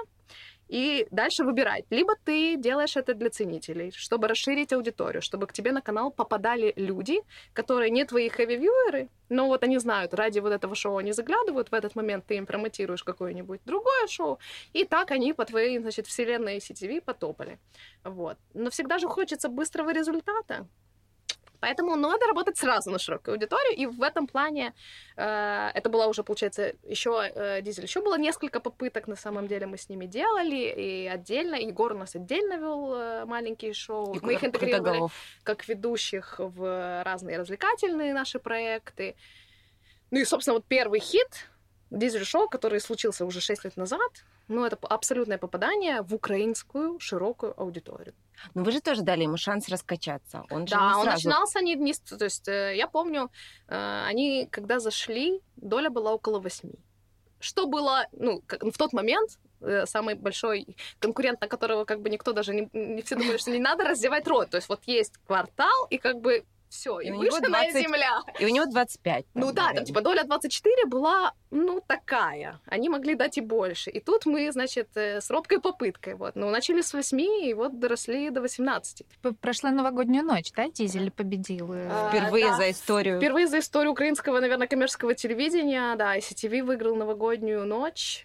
и дальше выбирать. Либо ты делаешь это для ценителей, чтобы расширить аудиторию, чтобы к тебе на канал попадали люди, которые не твои хэви-вьюеры, но вот они знают, ради вот этого шоу они заглядывают, в этот момент ты им промотируешь какое-нибудь другое шоу, и так они по твоей, значит, вселенной CTV потопали. Вот. Но всегда же хочется быстрого результата. Поэтому надо работать сразу на широкую аудиторию, и в этом плане это была уже, получается, еще Дизель. Еще было несколько попыток, на самом деле, мы с ними делали, и отдельно. Егор у нас отдельно вел маленькие шоу. Мы их интегрировали как ведущих в разные развлекательные наши проекты. Ну и, собственно, вот первый хит Дизель-шоу, который случился уже 6 лет назад, ну, это абсолютное попадание в украинскую широкую аудиторию. Но вы же тоже дали ему шанс раскачаться. Он же да, не он сразу... начинался не... То есть я помню, они, когда зашли, доля была около 8. Что было, ну, в тот момент самый большой конкурент, на которого как бы никто даже не все думали, что не надо раздевать рот. То есть вот есть квартал, и как бы все, и вышенная земля. И у него 25. Ну да, там типа доля 24 была, ну, такая. Они могли дать и больше. И тут мы, значит, с робкой попыткой, вот, ну, начали с 8, и вот доросли до 18. Прошла новогоднюю ночь, да, Дизель победил? Впервые да. за историю. Впервые за историю украинского, наверное, коммерческого телевидения, да, ICTV выиграл новогоднюю ночь.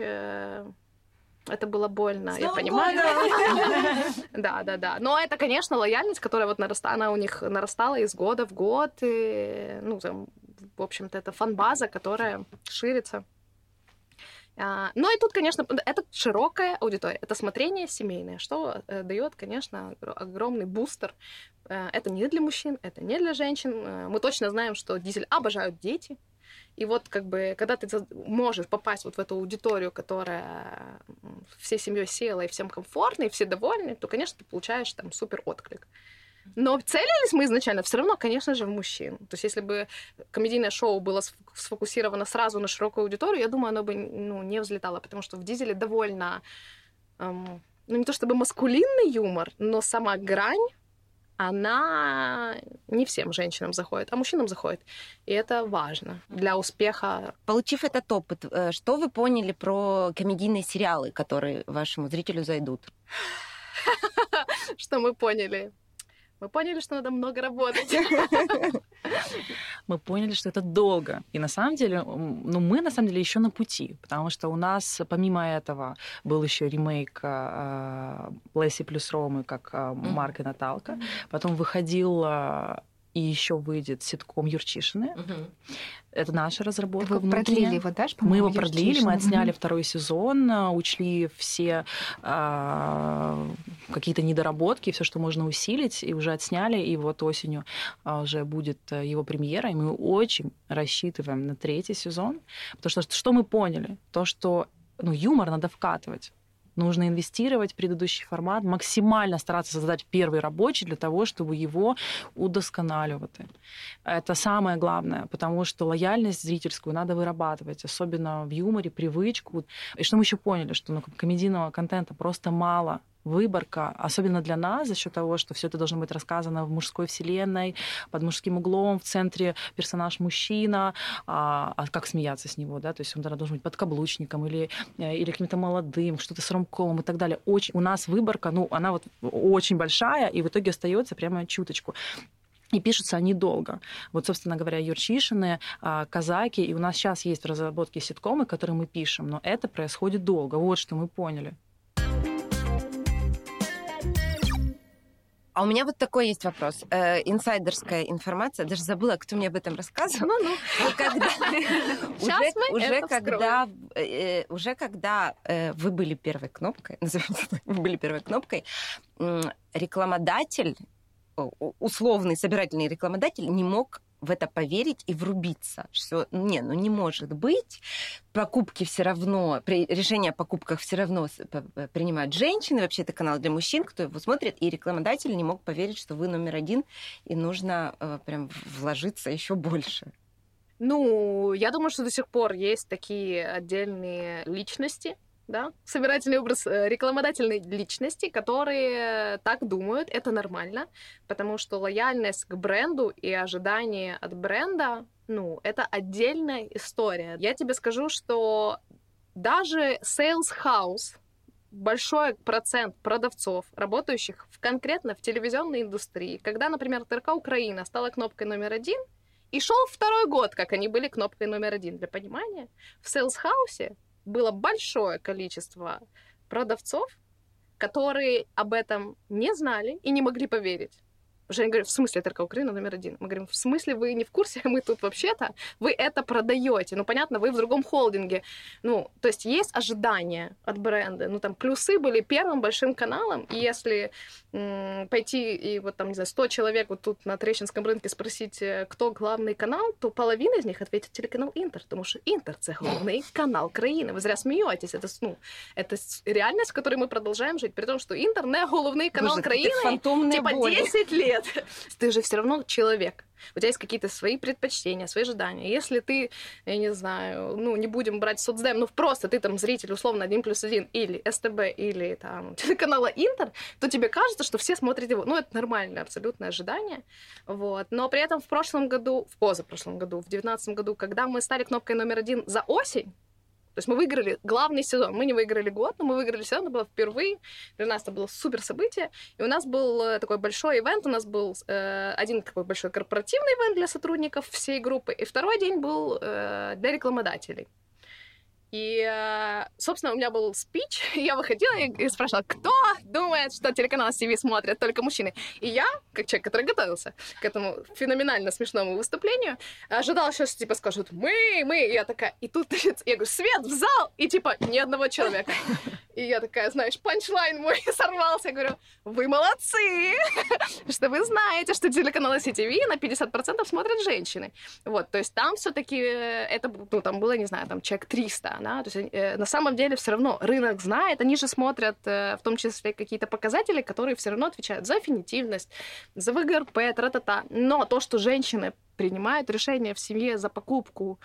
Это было больно, я понимаю. Да. Но это, конечно, лояльность, которая вот она у них нарастала из года в год. И, ну, там, в общем-то, это фан-база, которая ширится. Ну и тут, конечно, это широкая аудитория, это смотрение семейное, что дает, конечно, огромный бустер. Это не для мужчин, это не для женщин. Мы точно знаем, что Дизель обожают дети. И вот как бы, когда ты можешь попасть вот в эту аудиторию, которая всей семьей села, и всем комфортно, и все довольны, то, конечно, ты получаешь там супер отклик. Но целились мы изначально все равно, конечно же, в мужчин. То есть если бы комедийное шоу было сфокусировано сразу на широкую аудиторию, я думаю, оно бы, ну, не взлетало, потому что в Дизеле довольно, ну, не то чтобы маскулинный юмор, но сама грань, она не всем женщинам заходит, а мужчинам заходит. И это важно для успеха. Получив этот опыт, что вы поняли про комедийные сериалы, которые вашему зрителю зайдут? Что мы поняли? Мы поняли, что надо много работать. Мы поняли, что это долго. И на самом деле, ну, мы на самом деле еще на пути, потому что у нас, помимо этого, был еще ремейк Леси плюс Ромы, как Марк и Наталка. Потом выходил и еще выйдет ситком Юрчишины. Это наша разработка. Вы продлили его, да? Мы его продлили, мы отсняли второй сезон, учли все какие-то недоработки, все, что можно усилить, и уже отсняли, и вот осенью уже будет его премьера, и мы очень рассчитываем на 3-й сезон, потому что мы поняли? То, что юмор надо вкатывать. Нужно инвестировать в предыдущий формат, максимально стараться создать первый рабочий для того, чтобы его удосконалювати. Это самое главное, потому что лояльность зрительскую надо вырабатывать, особенно в юморе, привычку. И что мы еще поняли, что комедийного контента просто мало. Выборка, особенно для нас, за счет того, что все это должно быть рассказано в мужской вселенной, под мужским углом, в центре персонаж мужчина, а как смеяться с него, да, то есть он тогда должен быть подкаблучником или каким-то молодым, что-то с ромкомом и так далее. У нас выборка, она вот очень большая, и в итоге остается прямо чуточку. И пишутся они долго. Вот, собственно говоря, Юрчишины, казаки, и у нас сейчас есть в разработке ситкомы, которые мы пишем, но это происходит долго. Вот что мы поняли. А у меня вот такой есть вопрос. Инсайдерская информация. Даже забыла, кто мне об этом рассказывал. Уже когда вы были первой кнопкой, рекламодатель, условный собирательный рекламодатель не мог в это поверить и врубиться, что не может быть, покупки все равно, решения о покупках все равно принимают женщины, вообще это канал для мужчин, кто его смотрит, и рекламодатель не мог поверить, что вы номер один, и нужно прям вложиться еще больше. Я думаю, что до сих пор есть такие отдельные личности, да, собирательный образ рекламодательной личности, которые так думают, это нормально, потому что лояльность к бренду и ожидание от бренда, это отдельная история. Я тебе скажу, что даже sales house, большой процент продавцов, работающих конкретно в телевизионной индустрии, когда, например, ТРК Украина стала кнопкой номер 1, и шел 2-й год, как они были кнопкой номер 1, для понимания, в sales house было большое количество продавцов, которые об этом не знали и не могли поверить. Женя говорит, в смысле ТРК Украина номер 1? Мы говорим, в смысле вы не в курсе? Мы тут вообще-то, вы это продаете. Понятно, вы в другом холдинге. То есть есть ожидания от бренда. Плюсы были первым большим каналом. И если пойти и 100 человек вот тут на Трещинском рынке спросить, кто главный канал, то половина из них ответит телеканал Інтер, тому що Інтер — це главный канал країни. Ви зря смієтесь. Это реальность, в которой мы продолжаем жить. При том, что Інтер не головный канал країни, типа 10 лет. Ты же все равно человек. У тебя есть какие-то свои предпочтения, свои ожидания. Если ты, я не знаю, не будем брать соцдем, просто ты там зритель, условно, 1+1 или СТБ, или там телеканала Интер, то тебе кажется, что все смотрят его. Это нормальное абсолютное ожидание. Вот. Но при этом в позапрошлом году, в 2019 году, когда мы стали кнопкой номер 1 за осень, то есть мы выиграли главный сезон. Мы не выиграли год, но мы выиграли сезон. Это было впервые. Для нас это было супер событие. И у нас был такой большой ивент. У нас был один такой большой корпоративный ивент для сотрудников всей группы. И второй день был для рекламодателей. И, собственно, у меня был спич, и я выходила и спрашивала, кто думает, что телеканал ТВ смотрят только мужчины. И я, как человек, который готовился к этому феноменально смешному выступлению, ожидала, что типа скажут мы, и я такая, и тут, я говорю, свет в зал, и типа ни одного человека. И я такая, знаешь, панчлайн мой сорвался. Я говорю, вы молодцы, что вы знаете, что телеканал ТВ на 50% смотрят женщины. Вот, то есть там все-таки это, там было, не знаю, там человек 300, да, то есть на самом деле все равно рынок знает, они же смотрят в том числе какие-то показатели, которые все равно отвечают за аффинитивность, за ВГРП, тра-та-та. Но то, что женщины принимают решение в семье за покупку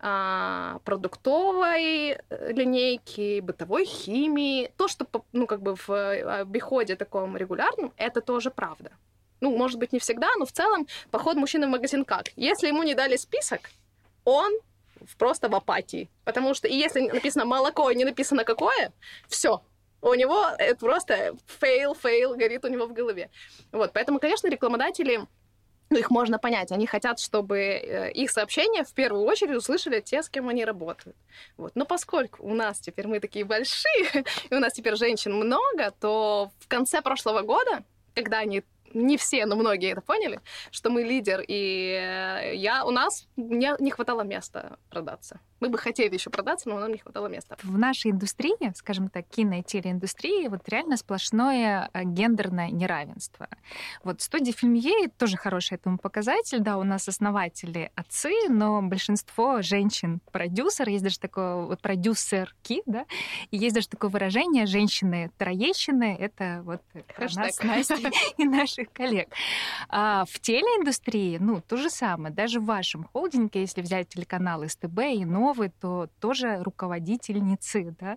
продуктовой линейки, бытовой химии, то, что в обиходе таком регулярном, это тоже правда. Может быть, не всегда, но в целом поход мужчины в магазин как? Если ему не дали список, он просто в апатии. Потому что и если написано молоко и не написано какое, все. У него это просто фейл горит у него в голове. Вот, поэтому, конечно, рекламодатели, их можно понять. Они хотят, чтобы их сообщения в первую очередь услышали те, с кем они работают. Вот. Но поскольку у нас теперь мы такие большие, и у нас теперь женщин много, то в конце прошлого года, когда они не все, но многие это поняли, что мы лидер, и у нас не хватало места продаться. Мы бы хотели еще продаться, но нам не хватало места. В нашей индустрии, скажем так, кино- и телеиндустрии, вот реально сплошное гендерное неравенство. Вот студия «Фильмье» тоже хороший этому показатель. Да, у нас основатели отцы, но большинство женщин-продюсеры, есть даже такое вот продюсерки, да, и есть даже такое выражение «женщины-троещины». Это вот про нас, Настя, и наших коллег. А в телеиндустрии, то же самое. Даже в вашем холдинге, если взять телеканал СТБ и Новый, то тоже руководительницы, да.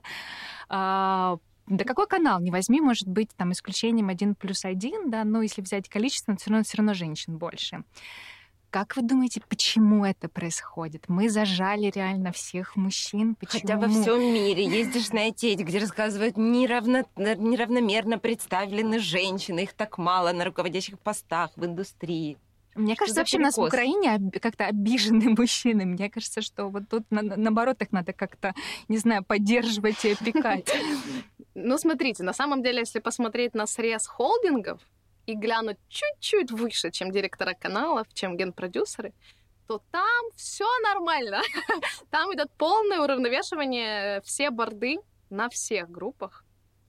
Да какой канал не возьми, может быть, там исключением 1+1, да, но если взять количество, все равно женщин больше. Как вы думаете, почему это происходит? Мы зажали реально всех мужчин. Почему? Хотя во всем мире ездишь на эти, где рассказывают, неравномерно представлены женщины, их так мало на руководящих постах в индустрии. Мне кажется, вообще у нас в Украине как-то обижены мужчины. Мне кажется, что вот тут, наоборот, их надо как-то, не знаю, поддерживать и опекать. Смотрите, на самом деле, если посмотреть на срез холдингов и глянуть чуть-чуть выше, чем директора каналов, чем генпродюсеры, то там все нормально. Там идет полное уравновешивание, все борды на всех группах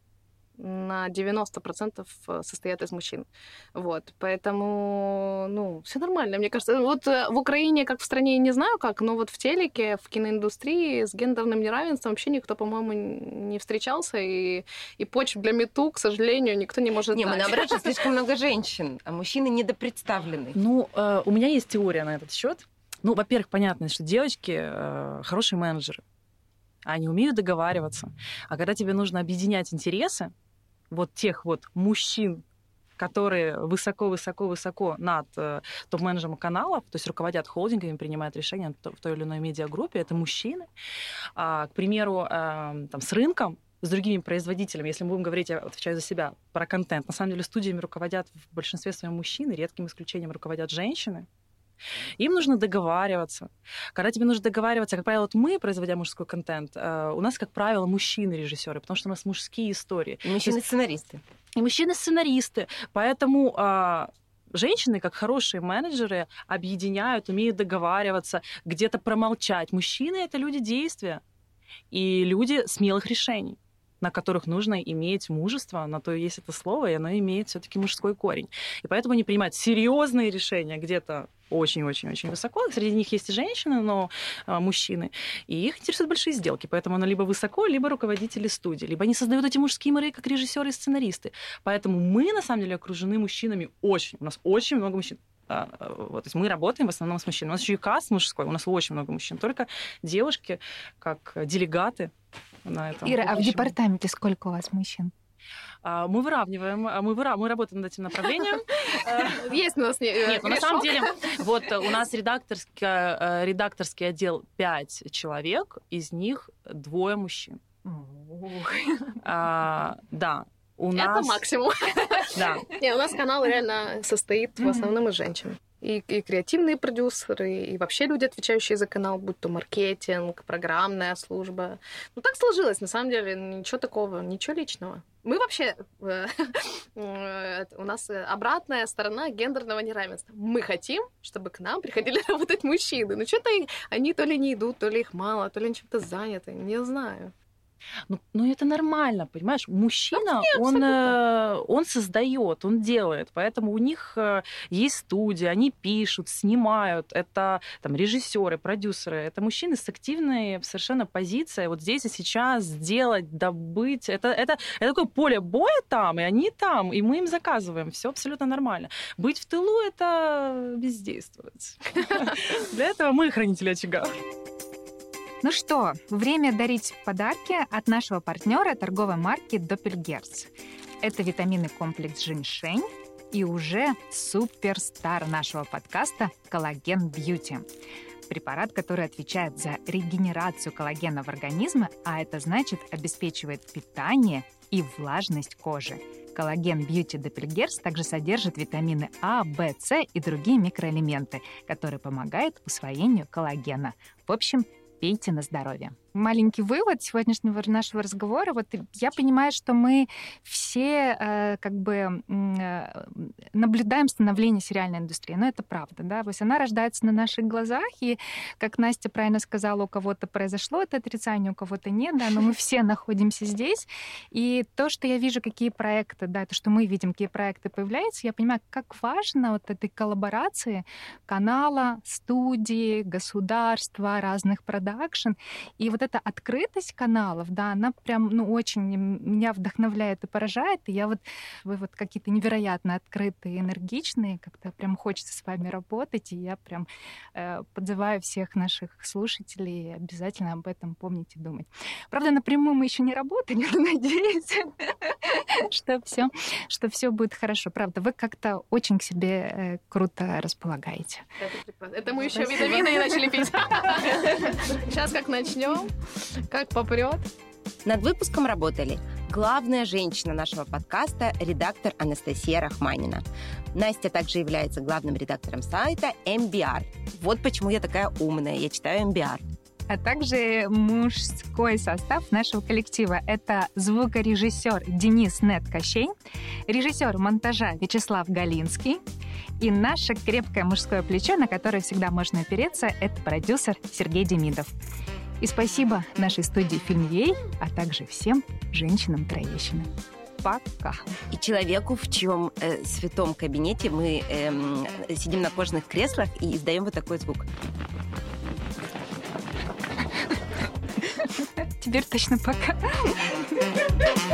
на 90% состоят из мужчин. Вот. Поэтому, все нормально, мне кажется. Вот в Украине, как в стране, не знаю как, но вот в телеке, в киноиндустрии с гендерным неравенством вообще никто, по-моему, не встречался. И почв для мету, к сожалению, никто не может дать. Мы наоборот, что слишком много женщин, а мужчины недопредставлены. У меня есть теория на этот счет. Во-первых, понятно, что девочки хорошие менеджеры. Они умеют договариваться. А когда тебе нужно объединять интересы, вот тех вот мужчин, которые высоко-высоко-высоко над топ-менеджером каналов, то есть руководят холдингами, принимают решения в той или иной медиагруппе, это мужчины. К примеру, с рынком, с другими производителями, если мы будем говорить, я отвечаю за себя, про контент, на самом деле студиями руководят в большинстве своем мужчины, редким исключением руководят женщины. Им нужно договариваться. Когда тебе нужно договариваться, как правило, мы, производя мужской контент, у нас, как правило, мужчины-режиссеры, потому что у нас мужские истории. И мужчины-сценаристы. И мужчины-сценаристы. Поэтому женщины, как хорошие менеджеры, объединяют, умеют договариваться, где-то промолчать. Мужчины — это люди действия и люди смелых решений, на которых нужно иметь мужество, на то и есть это слово, и оно имеет все-таки мужской корень. И поэтому они принимают серьезные решения где-то очень-очень-очень высоко. Среди них есть и женщины, но мужчины. И их интересуют большие сделки. Поэтому она либо высоко, либо руководители студии. Либо они создают эти мужские миры, как режиссеры и сценаристы. Поэтому мы, на самом деле, окружены мужчинами очень. У нас очень много мужчин. То есть мы работаем в основном с мужчинами. У нас еще и каст мужской, у нас очень много мужчин. Только девушки, как делегаты на этом. Ира, а в департаменте сколько у вас мужчин? Мы выравниваем, мы работаем над этим направлением. Есть у нас Нет, на самом деле, вот у нас редакторский отдел 5 человек, из них 2 мужчин. Да. Это максимум. Да. У нас канал реально состоит в основном из женщин. И креативные продюсеры, и вообще люди, отвечающие за канал, будь то маркетинг, программная служба. Так сложилось, на самом деле, ничего такого, ничего личного. Мы вообще... У нас обратная сторона гендерного неравенства. Мы хотим, чтобы к нам приходили работать мужчины. Но что-то они то ли не идут, то ли их мало, то ли они чем-то заняты. Не знаю. Это нормально, понимаешь? Мужчина, он создает, он делает, поэтому у них есть студия, они пишут, снимают, это там режиссеры, продюсеры, это мужчины с активной совершенно позицией, вот здесь и сейчас сделать, добыть, это такое поле боя там, и они там, и мы им заказываем, все абсолютно нормально. Быть в тылу — это бездействовать. Для этого мы хранители очага. Ну что, время дарить подарки от нашего партнера торговой марки Doppelgerz. Это витаминный комплекс «Женьшень» и уже суперстар нашего подкаста «Коллаген Бьюти». Препарат, который отвечает за регенерацию коллагена в организме, а это значит обеспечивает питание и влажность кожи. Коллаген Бьюти Doppelgerz также содержит витамины А, В, С и другие микроэлементы, которые помогают усвоению коллагена. В общем, пейте на здоровье. маленький вывод сегодняшнего нашего разговора. Вот я понимаю, что мы все наблюдаем становление сериальной индустрии. Но это правда, да. То есть она рождается на наших глазах, и, как Настя правильно сказала, у кого-то произошло это отрицание, у кого-то нет, да, но мы все находимся здесь. И то, что я вижу, какие проекты, да, то, что мы видим, какие проекты появляются, я понимаю, как важно вот этой коллаборации канала, студии, государства, разных продакшн. И вот эта открытость каналов, да, она прям, очень меня вдохновляет и поражает. И вы вот какие-то невероятно открытые, энергичные, как-то прям хочется с вами работать. И я прям подзываю всех наших слушателей обязательно об этом помнить и думать. Правда, напрямую мы еще не работали, но надеюсь, что все будет хорошо. Правда, вы как-то очень к себе круто располагаете. Это мы еще витамины не начали пить. Сейчас как начнем, как попрет. Над выпуском работали главная женщина нашего подкаста, редактор Анастасия Рахманина. Настя также является главным редактором сайта MBR. Вот почему я такая умная, я читаю MBR. А также мужской состав нашего коллектива. Это звукорежиссер Денис Нет-Кощей, режиссер монтажа Вячеслав Галинский и наше крепкое мужское плечо, на которое всегда можно опереться, это продюсер Сергей Демидов. И спасибо нашей студии «Фильм.ua», а также всем женщинам Троещины. Пока. И человеку, в чьем святом кабинете мы сидим на кожаных креслах и издаем вот такой звук. Теперь точно пока.